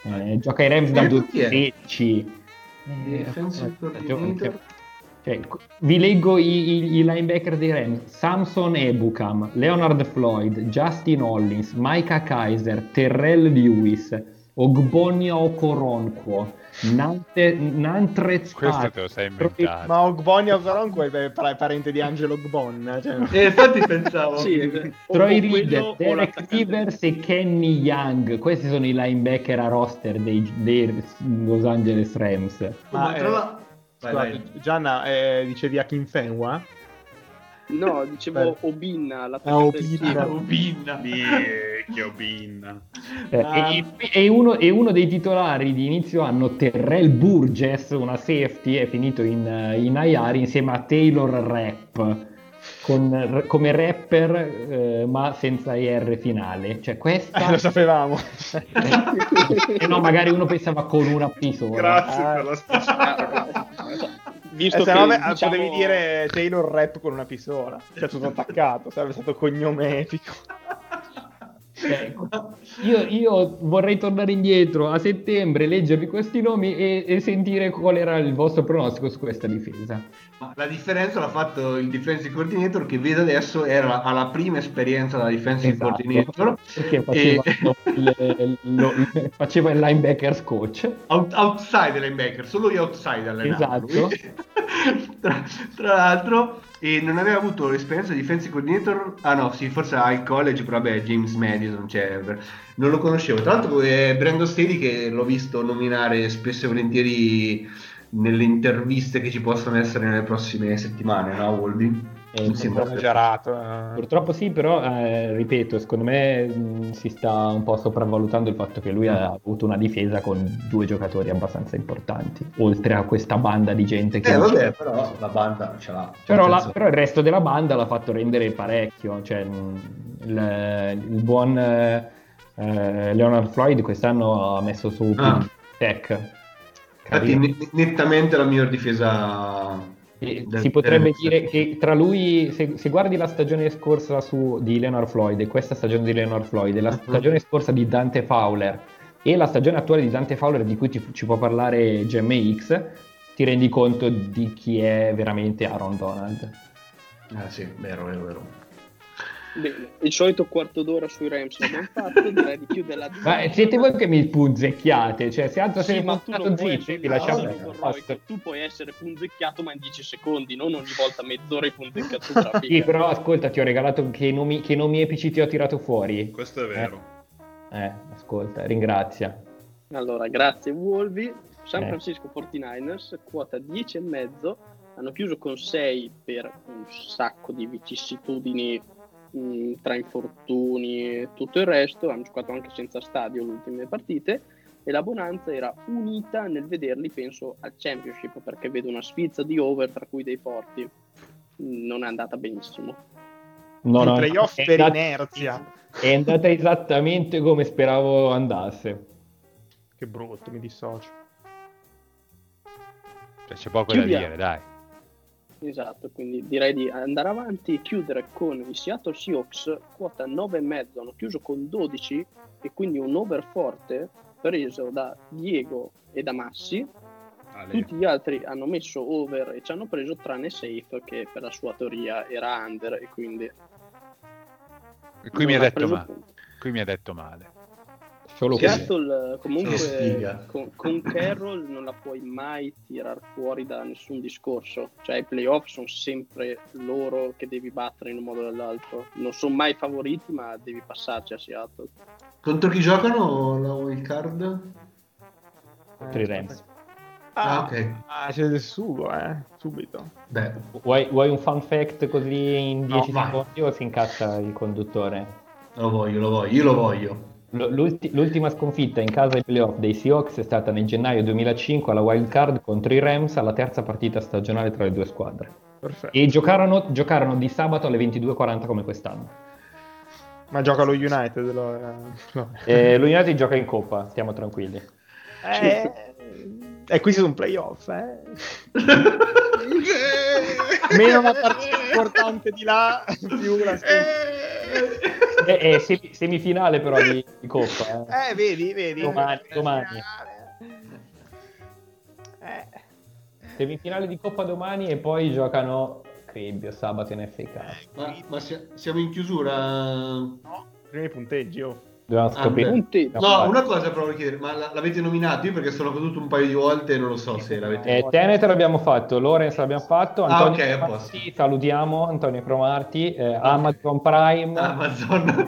eh, gioca ai Rams dal Eh, chi è? duemilasedici. Defensive Eh, coordinator. cioè, vi leggo i, i- i linebacker dei Rams: Samson Ebukam, Leonard Floyd, Justin Hollins, Micah Kaiser, Terrell Lewis, Ogbonia Okoronkwo, Nante, Nantrez Questo te lo sei inventato. Ma Ogbonia Okoronko è pa- parente di Angelo Ogbon. Cioè... Eh, infatti pensavo. Sì, eh, o- Troy o Reader, quello o Derek l'attaccante. Rivers e Kenny Young. Questi sono i linebacker a roster dei, dei Los Angeles Rams. Ma, Ma tra eh, la- Vai, Scusate, vai. Gianna, eh, dicevi Akinfenwa? No, dicevo Beh. Obinna, Ah, l'attaccante del Obinna. Chicago. Ubinna. Che Obinna. Eh, Ah. e, e uno, e uno dei titolari di inizio anno, Terrell Burgess, una safety, è finito in, eh, in I R insieme a Taylor Rapp, con, r- come rapper, eh, ma senza I R finale. Cioè Eh, questa... lo sapevamo. E no, magari uno pensava con una P sola. Grazie Ah. per la specificazione. Visto Eh, se che no, beh, diciamo- potevi dire Taylor Rap con una pistola, cioè tutto attaccato, sarebbe stato cognome epico. Cioè, io, io vorrei tornare indietro a settembre, leggervi questi nomi e, e sentire qual era il vostro pronostico su questa difesa. Ma la differenza l'ha fatto il defensive coordinator che vedo adesso era alla prima esperienza da defensive Esatto, coordinator perché faceva, e- il, lo- faceva il linebackers coach. Out- outside linebacker, solo gli outside allenavano. Esatto. tra, tra l'altro, e non aveva avuto l'esperienza di defensive coordinator. Ah no, sì, forse al college, però vabbè, James Madison, cioè, non lo conoscevo. Tra l'altro è Brandon Staley che l'ho visto nominare spesso e volentieri nelle interviste che ci possono essere nelle prossime settimane, no, Wolby? Eh, Mi sembra Esagerato. eh. Purtroppo sì, però eh, ripeto, secondo me mh, si sta un po' sopravvalutando il fatto che lui ha avuto una difesa con due giocatori abbastanza importanti, oltre a questa banda di gente che... Eh vabbè, però la banda ce l'ha. Cioè, Però, nel la- senso- però il resto della banda l'ha fatto rendere parecchio, cioè mh, il, il buon eh, eh, Leonard Floyd quest'anno ha messo su Ah. più tech. Infatti, Carino. ne- nettamente la miglior difesa. E del- si potrebbe del- dire che tra lui, se, se guardi la stagione scorsa su, di Leonard Floyd e questa stagione di Leonard Floyd e la Uh-huh. stagione scorsa di Dante Fowler e la stagione attuale di Dante Fowler di cui ti- ci può parlare G M X, ti rendi conto di chi è veramente Aaron Donald. Ah sì, vero, vero, vero. Bene, il solito quarto d'ora sui Rams l'abbiamo fatto, direi di chiudere la Ma siete voi che mi punzecchiate, cioè se altro Sì, se ma tu non puoi zitti essere vi lasciamo un perdere. supereroe, Basta. che tu puoi essere punzecchiato ma in dieci secondi, non ogni volta mezz'ora di punzecchiatura. Sì, figa. però ascolta, ti ho regalato che nomi, che nomi epici ti ho tirato fuori. Questo è vero. Eh, ascolta, ringrazia. Allora, grazie Wolvi. San Eh. Francisco quarantanovers, quota dieci e mezzo, hanno chiuso con sei per un sacco di vicissitudini mh, tra infortuni e tutto il resto, hanno giocato anche senza stadio le ultime partite e la Bonanza era unita nel vederli, penso, al Championship, perché vedo una sfilza di over tra cui dei forti. Non è andata benissimo. No, I no, playoff è per andata- inerzia. È andata esattamente come speravo andasse. Che brutto, mi dissocio. Cioè, c'è poco Chiudiamo. da dire, dai. Esatto, quindi direi di andare avanti e chiudere con i Seattle Seahawks, quota nove e mezzo, hanno chiuso con dodici e quindi un over forte preso da Diego e da Massi. Ale. Tutti gli altri hanno messo over e ci hanno preso tranne Safe, che per la sua teoria era under e quindi E qui mi ha non ha detto preso male. punti. Qui mi ha detto male. Solo così. Seattle eh, comunque Che sfiga. con, con Carroll non la puoi mai tirar fuori da nessun discorso, cioè i playoff sono sempre loro che devi battere in un modo o nell'altro, non sono mai favoriti ma devi passarci a Seattle. Contro chi giocano la wild card? Contro i Rams. Ah, Ah, ok. ah, c'è del sugo, eh, subito. Beh, Vuoi, vuoi un fun fact così in dieci vai. secondi o si incazza il conduttore? lo voglio, lo voglio, io lo voglio. L- l'ulti- L'ultima sconfitta in casa ai playoff dei Seahawks è stata nel gennaio duemilacinque alla wild card contro i Rams, alla terza partita stagionale tra le due squadre. Perfetto. E giocarono, giocarono di sabato alle ventidue e quaranta come quest'anno. Ma gioca lo United. Lo, eh, no. E lo United gioca in coppa, stiamo tranquilli. Eh, e qui sono un playoff, eh. Meno una partita importante di là, più una sconfitta. è, è semi- semifinale però di, di Coppa. Eh, Eh, vedi, vedi. Domani, domani. Eh. Semifinale di Coppa domani e poi giocano Cribbio sabato in F A Cup. Ma, ma si- siamo in chiusura? Primi punteggi, oh. Dobbiamo Ah, scoprire. beh. Punti. No, una cosa però volevo chiedere, ma l- l'avete nominato? Io perché sono caduto un paio di volte e non lo so se l'avete Eh, Tenet l'abbiamo fatto, Lorenz l'abbiamo fatto, Ah, Antonio ok, a Cromarty, posto. salutiamo Antonio Cromarty, eh, Amazon Prime, Amazon.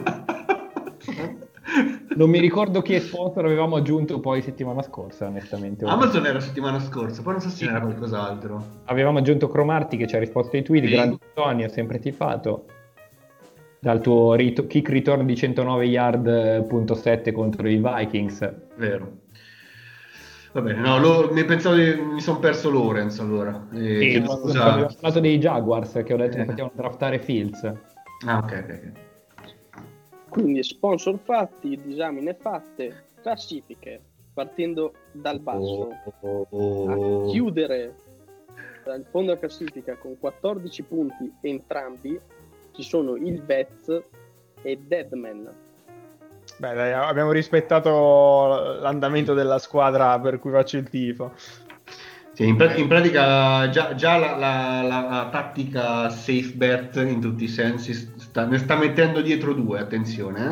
non mi ricordo che sponsor avevamo aggiunto poi settimana scorsa, onestamente. Amazon era settimana scorsa, poi non so se c'era qualcos'altro. Avevamo aggiunto Cromarty che ci ha risposto ai tweet, Sì. grande Antonio, sempre tifato, dal tuo rit- kick return di centonove yard punto sette contro i Vikings. Vero. Va bene, no, lo, mi pensavo di, mi sono perso Lorenz allora. Eh, Sì, chiedo scusa. abbiamo parlato dei Jaguars che ho detto Eh. che potevano draftare Fields. Ah, ok, ok, ok. Quindi sponsor fatti, disamine fatte, classifiche, partendo dal basso. Oh, oh, A chiudere dal fondo della classifica con quattordici punti entrambi ci sono il Vets e Deadman. Beh, dai, abbiamo rispettato l'andamento della squadra per cui faccio il tifo. Sì, in, pra- in pratica già, già la, la- la- la tattica safe bet in tutti i sensi sta- ne sta mettendo dietro due, attenzione.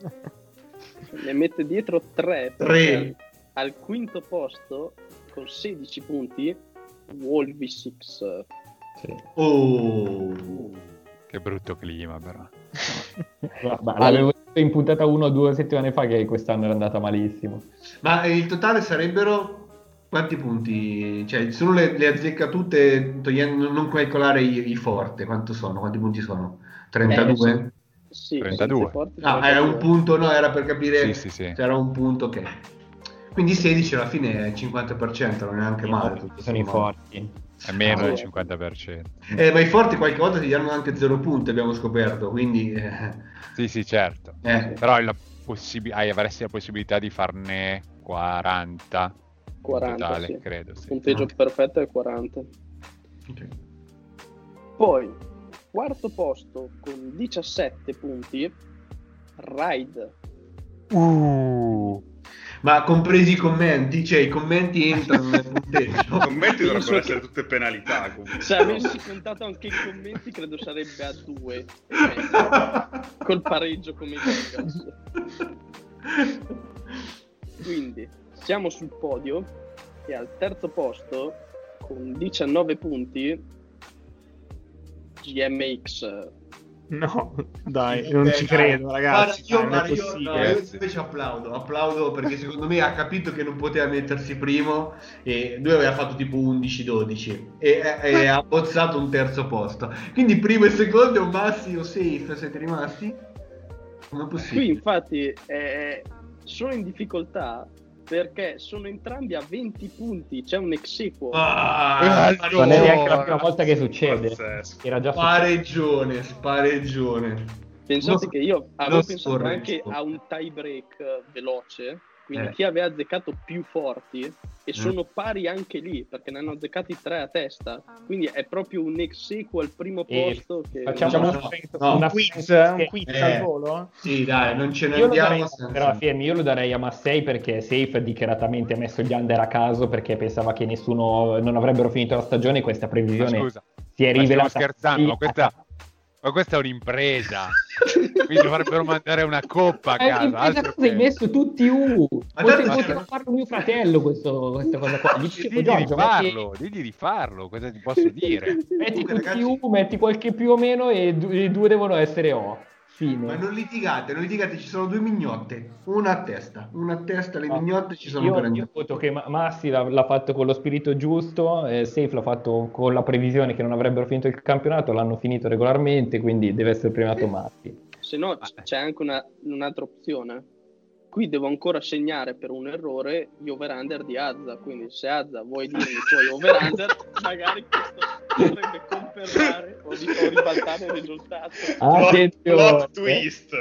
Eh? Ne mette dietro tre, Tre. perché al quinto posto con sedici punti Wolvi sei. Sì. Oh. Che brutto clima, però. Ma l'avevo detto in puntata uno o due settimane fa che quest'anno era andata malissimo. Ma il totale sarebbero quanti punti? Cioè, se uno le, le azzecca tutte, togliendo, non calcolare i, i forte, quanto sono? Quanti punti sono? trentadue? Eh, sì, trentadue. senza forti, Ah, era un punto, no, era per capire Sì, sì, sì. se era un punto che... Quindi sedici alla fine è il cinquanta per cento, non è neanche male. tutto Sono i sommato. forti. È meno Ah, del sì. cinquanta per cento. Eh, ma i forti qualche volta ti danno anche zero punti, abbiamo scoperto, quindi... eh, Sì, sì, certo. eh. Però hai la possib- hai- avresti la possibilità di farne quaranta, quaranta, in totale, sì. credo. Sì. Il punteggio Ok. perfetto è quaranta. Ok. Poi, quarto posto con diciassette punti, Ride. Uh, Ma compresi i commenti, cioè i commenti entrano nel I punteggio. commenti dovrebbero Penso essere che- tutte penalità. comunque. Se avessi contato anche i commenti, credo sarebbe a due. Eh, col pareggio come i Bengals. Quindi, siamo sul podio e al terzo posto, con diciannove punti, G M X. No, dai, non Beh, ci dai. credo, ragazzi. Guarda, io, dai, non è guarda, io- possibile. no, io invece applaudo, applaudo perché secondo me ha capito che non poteva mettersi primo e lui aveva fatto tipo undici dodici e, e ha bozzato un terzo posto. Quindi primo e secondo è un massimo safe, siete rimasti? Come è Qui possibile? infatti eh, sono in difficoltà perché sono entrambi a venti punti, c'è un ex equo. Ah, Non è neanche la no, prima volta che succede. Pazzesco. Era già successo. spareggione, spareggione. Pensate non- che io avevo non pensato scorretto. anche a un tie break eh, veloce, quindi Eh. chi aveva azzeccato più forti e sono pari anche lì perché ne hanno azzeccati tre a testa, quindi è proprio un ex equo al primo E posto che facciamo No, un, no, Un no. quiz, un quiz Eh. al volo? Sì, dai, non ce ne Io lo darei, andiamo senza... però fermi, io lo darei a Massey perché Safe dichiaratamente ha messo gli under a caso perché pensava che nessuno non avrebbero finito la stagione e questa ma previsione scusa, si è ma stiamo rivelata scherzando, ma questa, ma questa è un'impresa. Mi dovrebbero mandare una coppa a Eh, casa. in altro cosa hai che- messo tutti U? Ma Pote- tanto poteva c'era- farlo mio fratello questo, questa cosa qua. Gli dicevo, Digli di Giorgio, metti, farlo, digli di farlo, cosa ti posso dire? metti Comunque, tutti ragazzi- U, metti qualche più o meno e du- i due devono essere O. Fine. Ma non litigate, non litigate, ci sono due mignotte, una a testa, una a testa, le No, mignotte ci sono io, per io entrambi. voto che Ma- Massi l'ha, l'ha fatto con lo spirito giusto, eh, Safe l'ha fatto con la previsione che non avrebbero finito il campionato, l'hanno finito regolarmente, quindi deve essere premiato Massi. se no c- c'è anche una- un'altra opzione. Qui devo ancora segnare per un errore gli over-under di Azza, quindi se Azza vuoi dirmi i tuoi over-under, magari questo potrebbe confermare o, di- o ribaltare il risultato. Attenzione! Plot twist.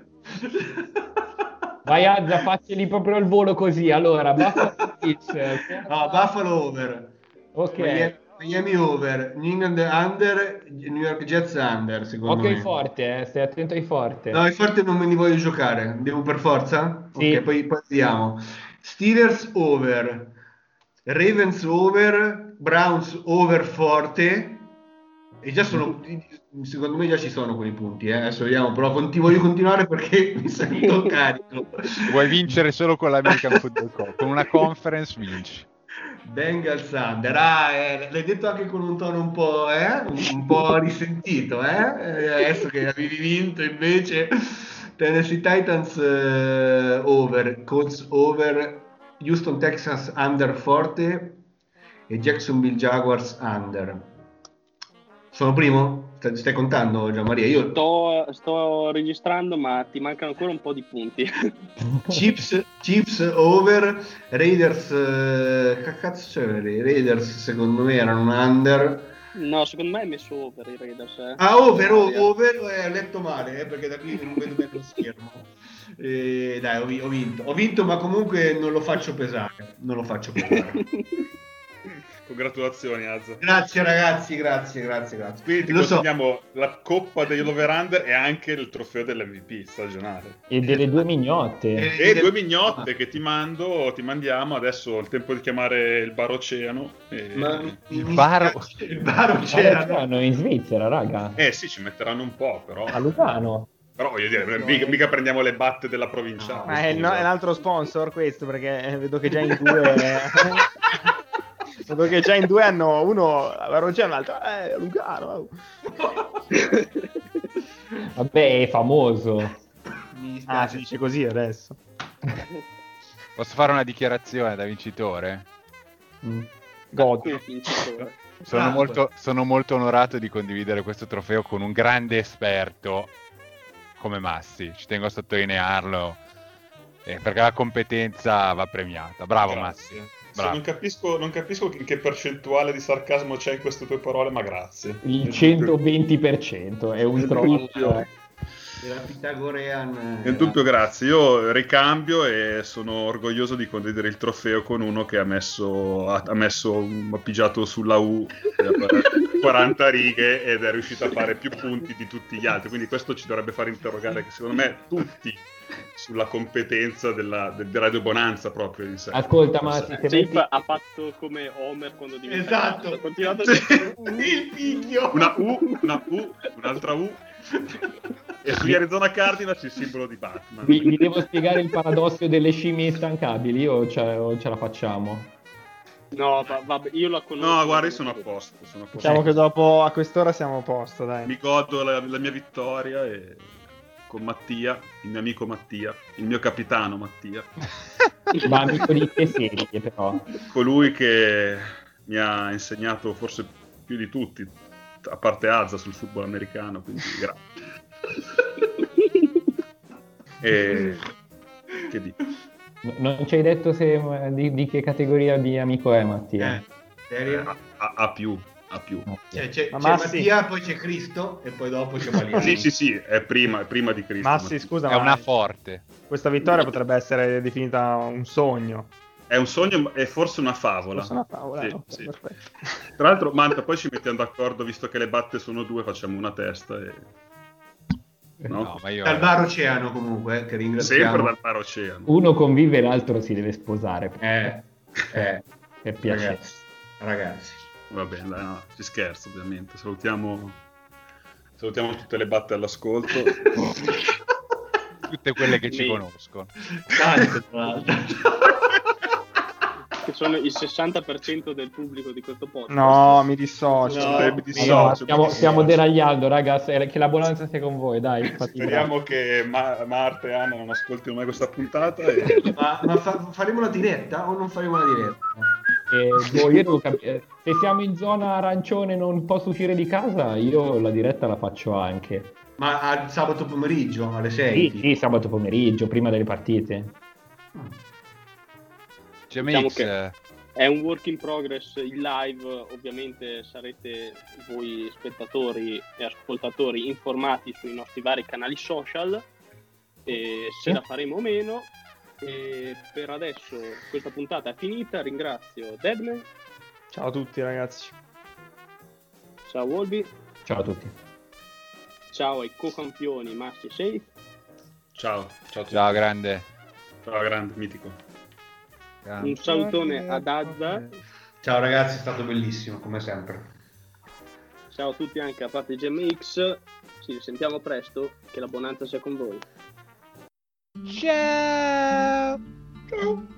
Vai Azza, facceli proprio al volo così. Allora, Buffalo Bills. No, Buffalo over. Ok. Miami, Miami over, New England under, New York Jets under, secondo Occhio me. ai forte, eh, stai attento ai forte. No, i forti non me li voglio giocare. Devo per forza? Sì. Ok, poi, poi vediamo. Steelers over, Ravens over, Browns over forte. E già sono, secondo me già ci sono quei punti, eh. Adesso vediamo, però con- ti voglio continuare perché mi sento carico. Vuoi vincere solo con l'American Football Cup, con una conference vinci. Bengals under, ah, eh, l'hai detto anche con un tono un po', eh, un, un po' risentito, eh? Eh, adesso che avevi vinto invece. Tennessee Titans eh, over, Colts over, Houston Texans under forte e Jacksonville Jaguars under. Sono primo? Stai, stai contando, Gianmaria? Io Sto, sto registrando, ma ti mancano ancora un po' di punti. Chiefs, Chiefs over, Raiders, eh, che cazzo c'è? Raiders secondo me erano un under. No, secondo me hai messo over i Raiders. Eh. Ah, over, oh, over, eh, ho letto male, eh, perché da qui non vedo bene lo schermo. Eh, dai, ho, vi- ho vinto. Ho vinto, ma comunque non lo faccio pesare. Non lo faccio pesare. Congratulazioni, Azza. Grazie ragazzi, grazie, grazie, grazie. Quindi ti Lo so. consegniamo la coppa degli over-under e anche il trofeo dell'M V P stagionale. E delle due mignotte. Eh, E due mignotte che ti mando, ti mandiamo. Adesso è il tempo di chiamare il bar Oceano. E... Ma mi- Il mi bar- spiace, il bar Ah, Oceano. c'erano in Svizzera, raga. Eh sì, ci metteranno un po', però. A Lugano. Però voglio dire, mica, mica prendiamo le batte della provinciale. Ma è, no- scusa. è un altro sponsor questo, perché eh, vedo che già in due... vedo che già in due hanno uno a Verogeno, l'altro eh, a Lugano. Vabbè, è famoso. Mi Ah, dispiace. si dice così adesso. Posso fare una dichiarazione da vincitore? Mm. God. Come vincitore. Sono, Ah, molto, sono molto onorato di condividere questo trofeo con un grande esperto come Massi. Ci tengo a sottolinearlo, eh, perché la competenza va premiata. Bravo Grazie. Massi. Se Bravo. non, capisco, non capisco in che percentuale di sarcasmo c'è in queste tue parole, ma grazie. Il centoventi per cento è un Nel troll. dubbio. Della Pythagorean. Nel dubbio, grazie. Io ricambio e sono orgoglioso di condividere il trofeo con uno che ha messo, ha, ha messo un- ha pigiato sulla U eh, quaranta righe ed è riuscito a fare più punti di tutti gli altri. Quindi questo ci dovrebbe far interrogare, che secondo me, tutti sulla competenza della, del, di Radio Bonanza proprio in sé. Ascolta, ma se te Chip metti... ha fatto come Homer quando diventa Esatto. cazzo, ha continuato a Sì. dire Il figlio. Una U, una U, un'altra U. E sugli Arizona Cardinals il simbolo di Batman. Vi, vi devo spiegare il paradosso delle scimmie instancabili o ce, o ce la facciamo? no, va- vabbè, io la conosco. No, guarda, io sono a posto. Sono a posto. Diciamo che dopo a quest'ora siamo a posto, dai. Mi godo la, la mia vittoria e con Mattia, il mio amico Mattia, il mio capitano Mattia, Ma amico di che serie, però. colui che mi ha insegnato forse più di tutti, a parte Azza, sul football americano, quindi grazie. E che dico? N- Non ci hai detto se, di, di che categoria di amico è Mattia? Eh, serio? A, a- a più, a più. Cioè, c'è, Ma c'è Massi- Mattia, poi c'è Cristo e poi dopo c'è Valiano. Sì, sì, sì, è prima, è prima di Cristo. Massi, Mattia. scusa, È ma una forte. questa vittoria potrebbe essere definita un sogno. È un sogno e forse una favola. Forse una favola, Sì, ok, sì. perfetto. Tra l'altro, Manta, poi ci mettiamo d'accordo, visto che le batte sono due, facciamo una testa e... No? No, ma io... Dal bar Oceano comunque, eh, che ringraziamo. Sempre dal Bar Oceano. Uno convive e l'altro si deve sposare. Eh, eh, Per piacere. ragazzi, ragazzi. Va bene, dai, no, si scherza ovviamente. Salutiamo, salutiamo tutte le batte all'ascolto. Tutte quelle che ci Sì. conoscono. Tante, tra l'altro. Che sono il sessanta per cento del pubblico di questo podcast. No, mi dissocio. No, Eh, mi Allora, dissocio, stiamo, mi stiamo dissocio. deragliando, ragazzi. eh, Che la bonanza sia con voi, dai. fate i bravi. Speriamo che Ma- Marta e Anna non ascoltino mai questa puntata. E... Ma, ma fa- faremo la diretta o non faremo la diretta? Eh, boh, io devo capire. Se siamo in zona arancione e non posso uscire di casa, io la diretta la faccio anche. Ma a sabato pomeriggio alle sei? Sì, sì, sabato pomeriggio, prima delle partite. C'è Diciamo Mix, che- eh, È un work in progress, in live ovviamente sarete voi spettatori e ascoltatori informati sui nostri vari canali social e se Sì. la faremo o meno. E per adesso questa puntata è finita, ringrazio Deadman, Ciao a tutti, ragazzi. Ciao Wolby. Ciao a tutti. Ciao ai co-campioni Massi e Safe. Ciao, ciao a tutti. Ciao grande. Ciao grande, mitico. Un salutone ad Azza. Ciao ragazzi, è stato bellissimo come sempre. Ciao a tutti anche a parte G M X. Ci risentiamo presto, che la bonanza sia con voi. Ciao. Ciao.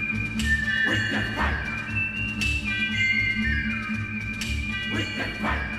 We can fight.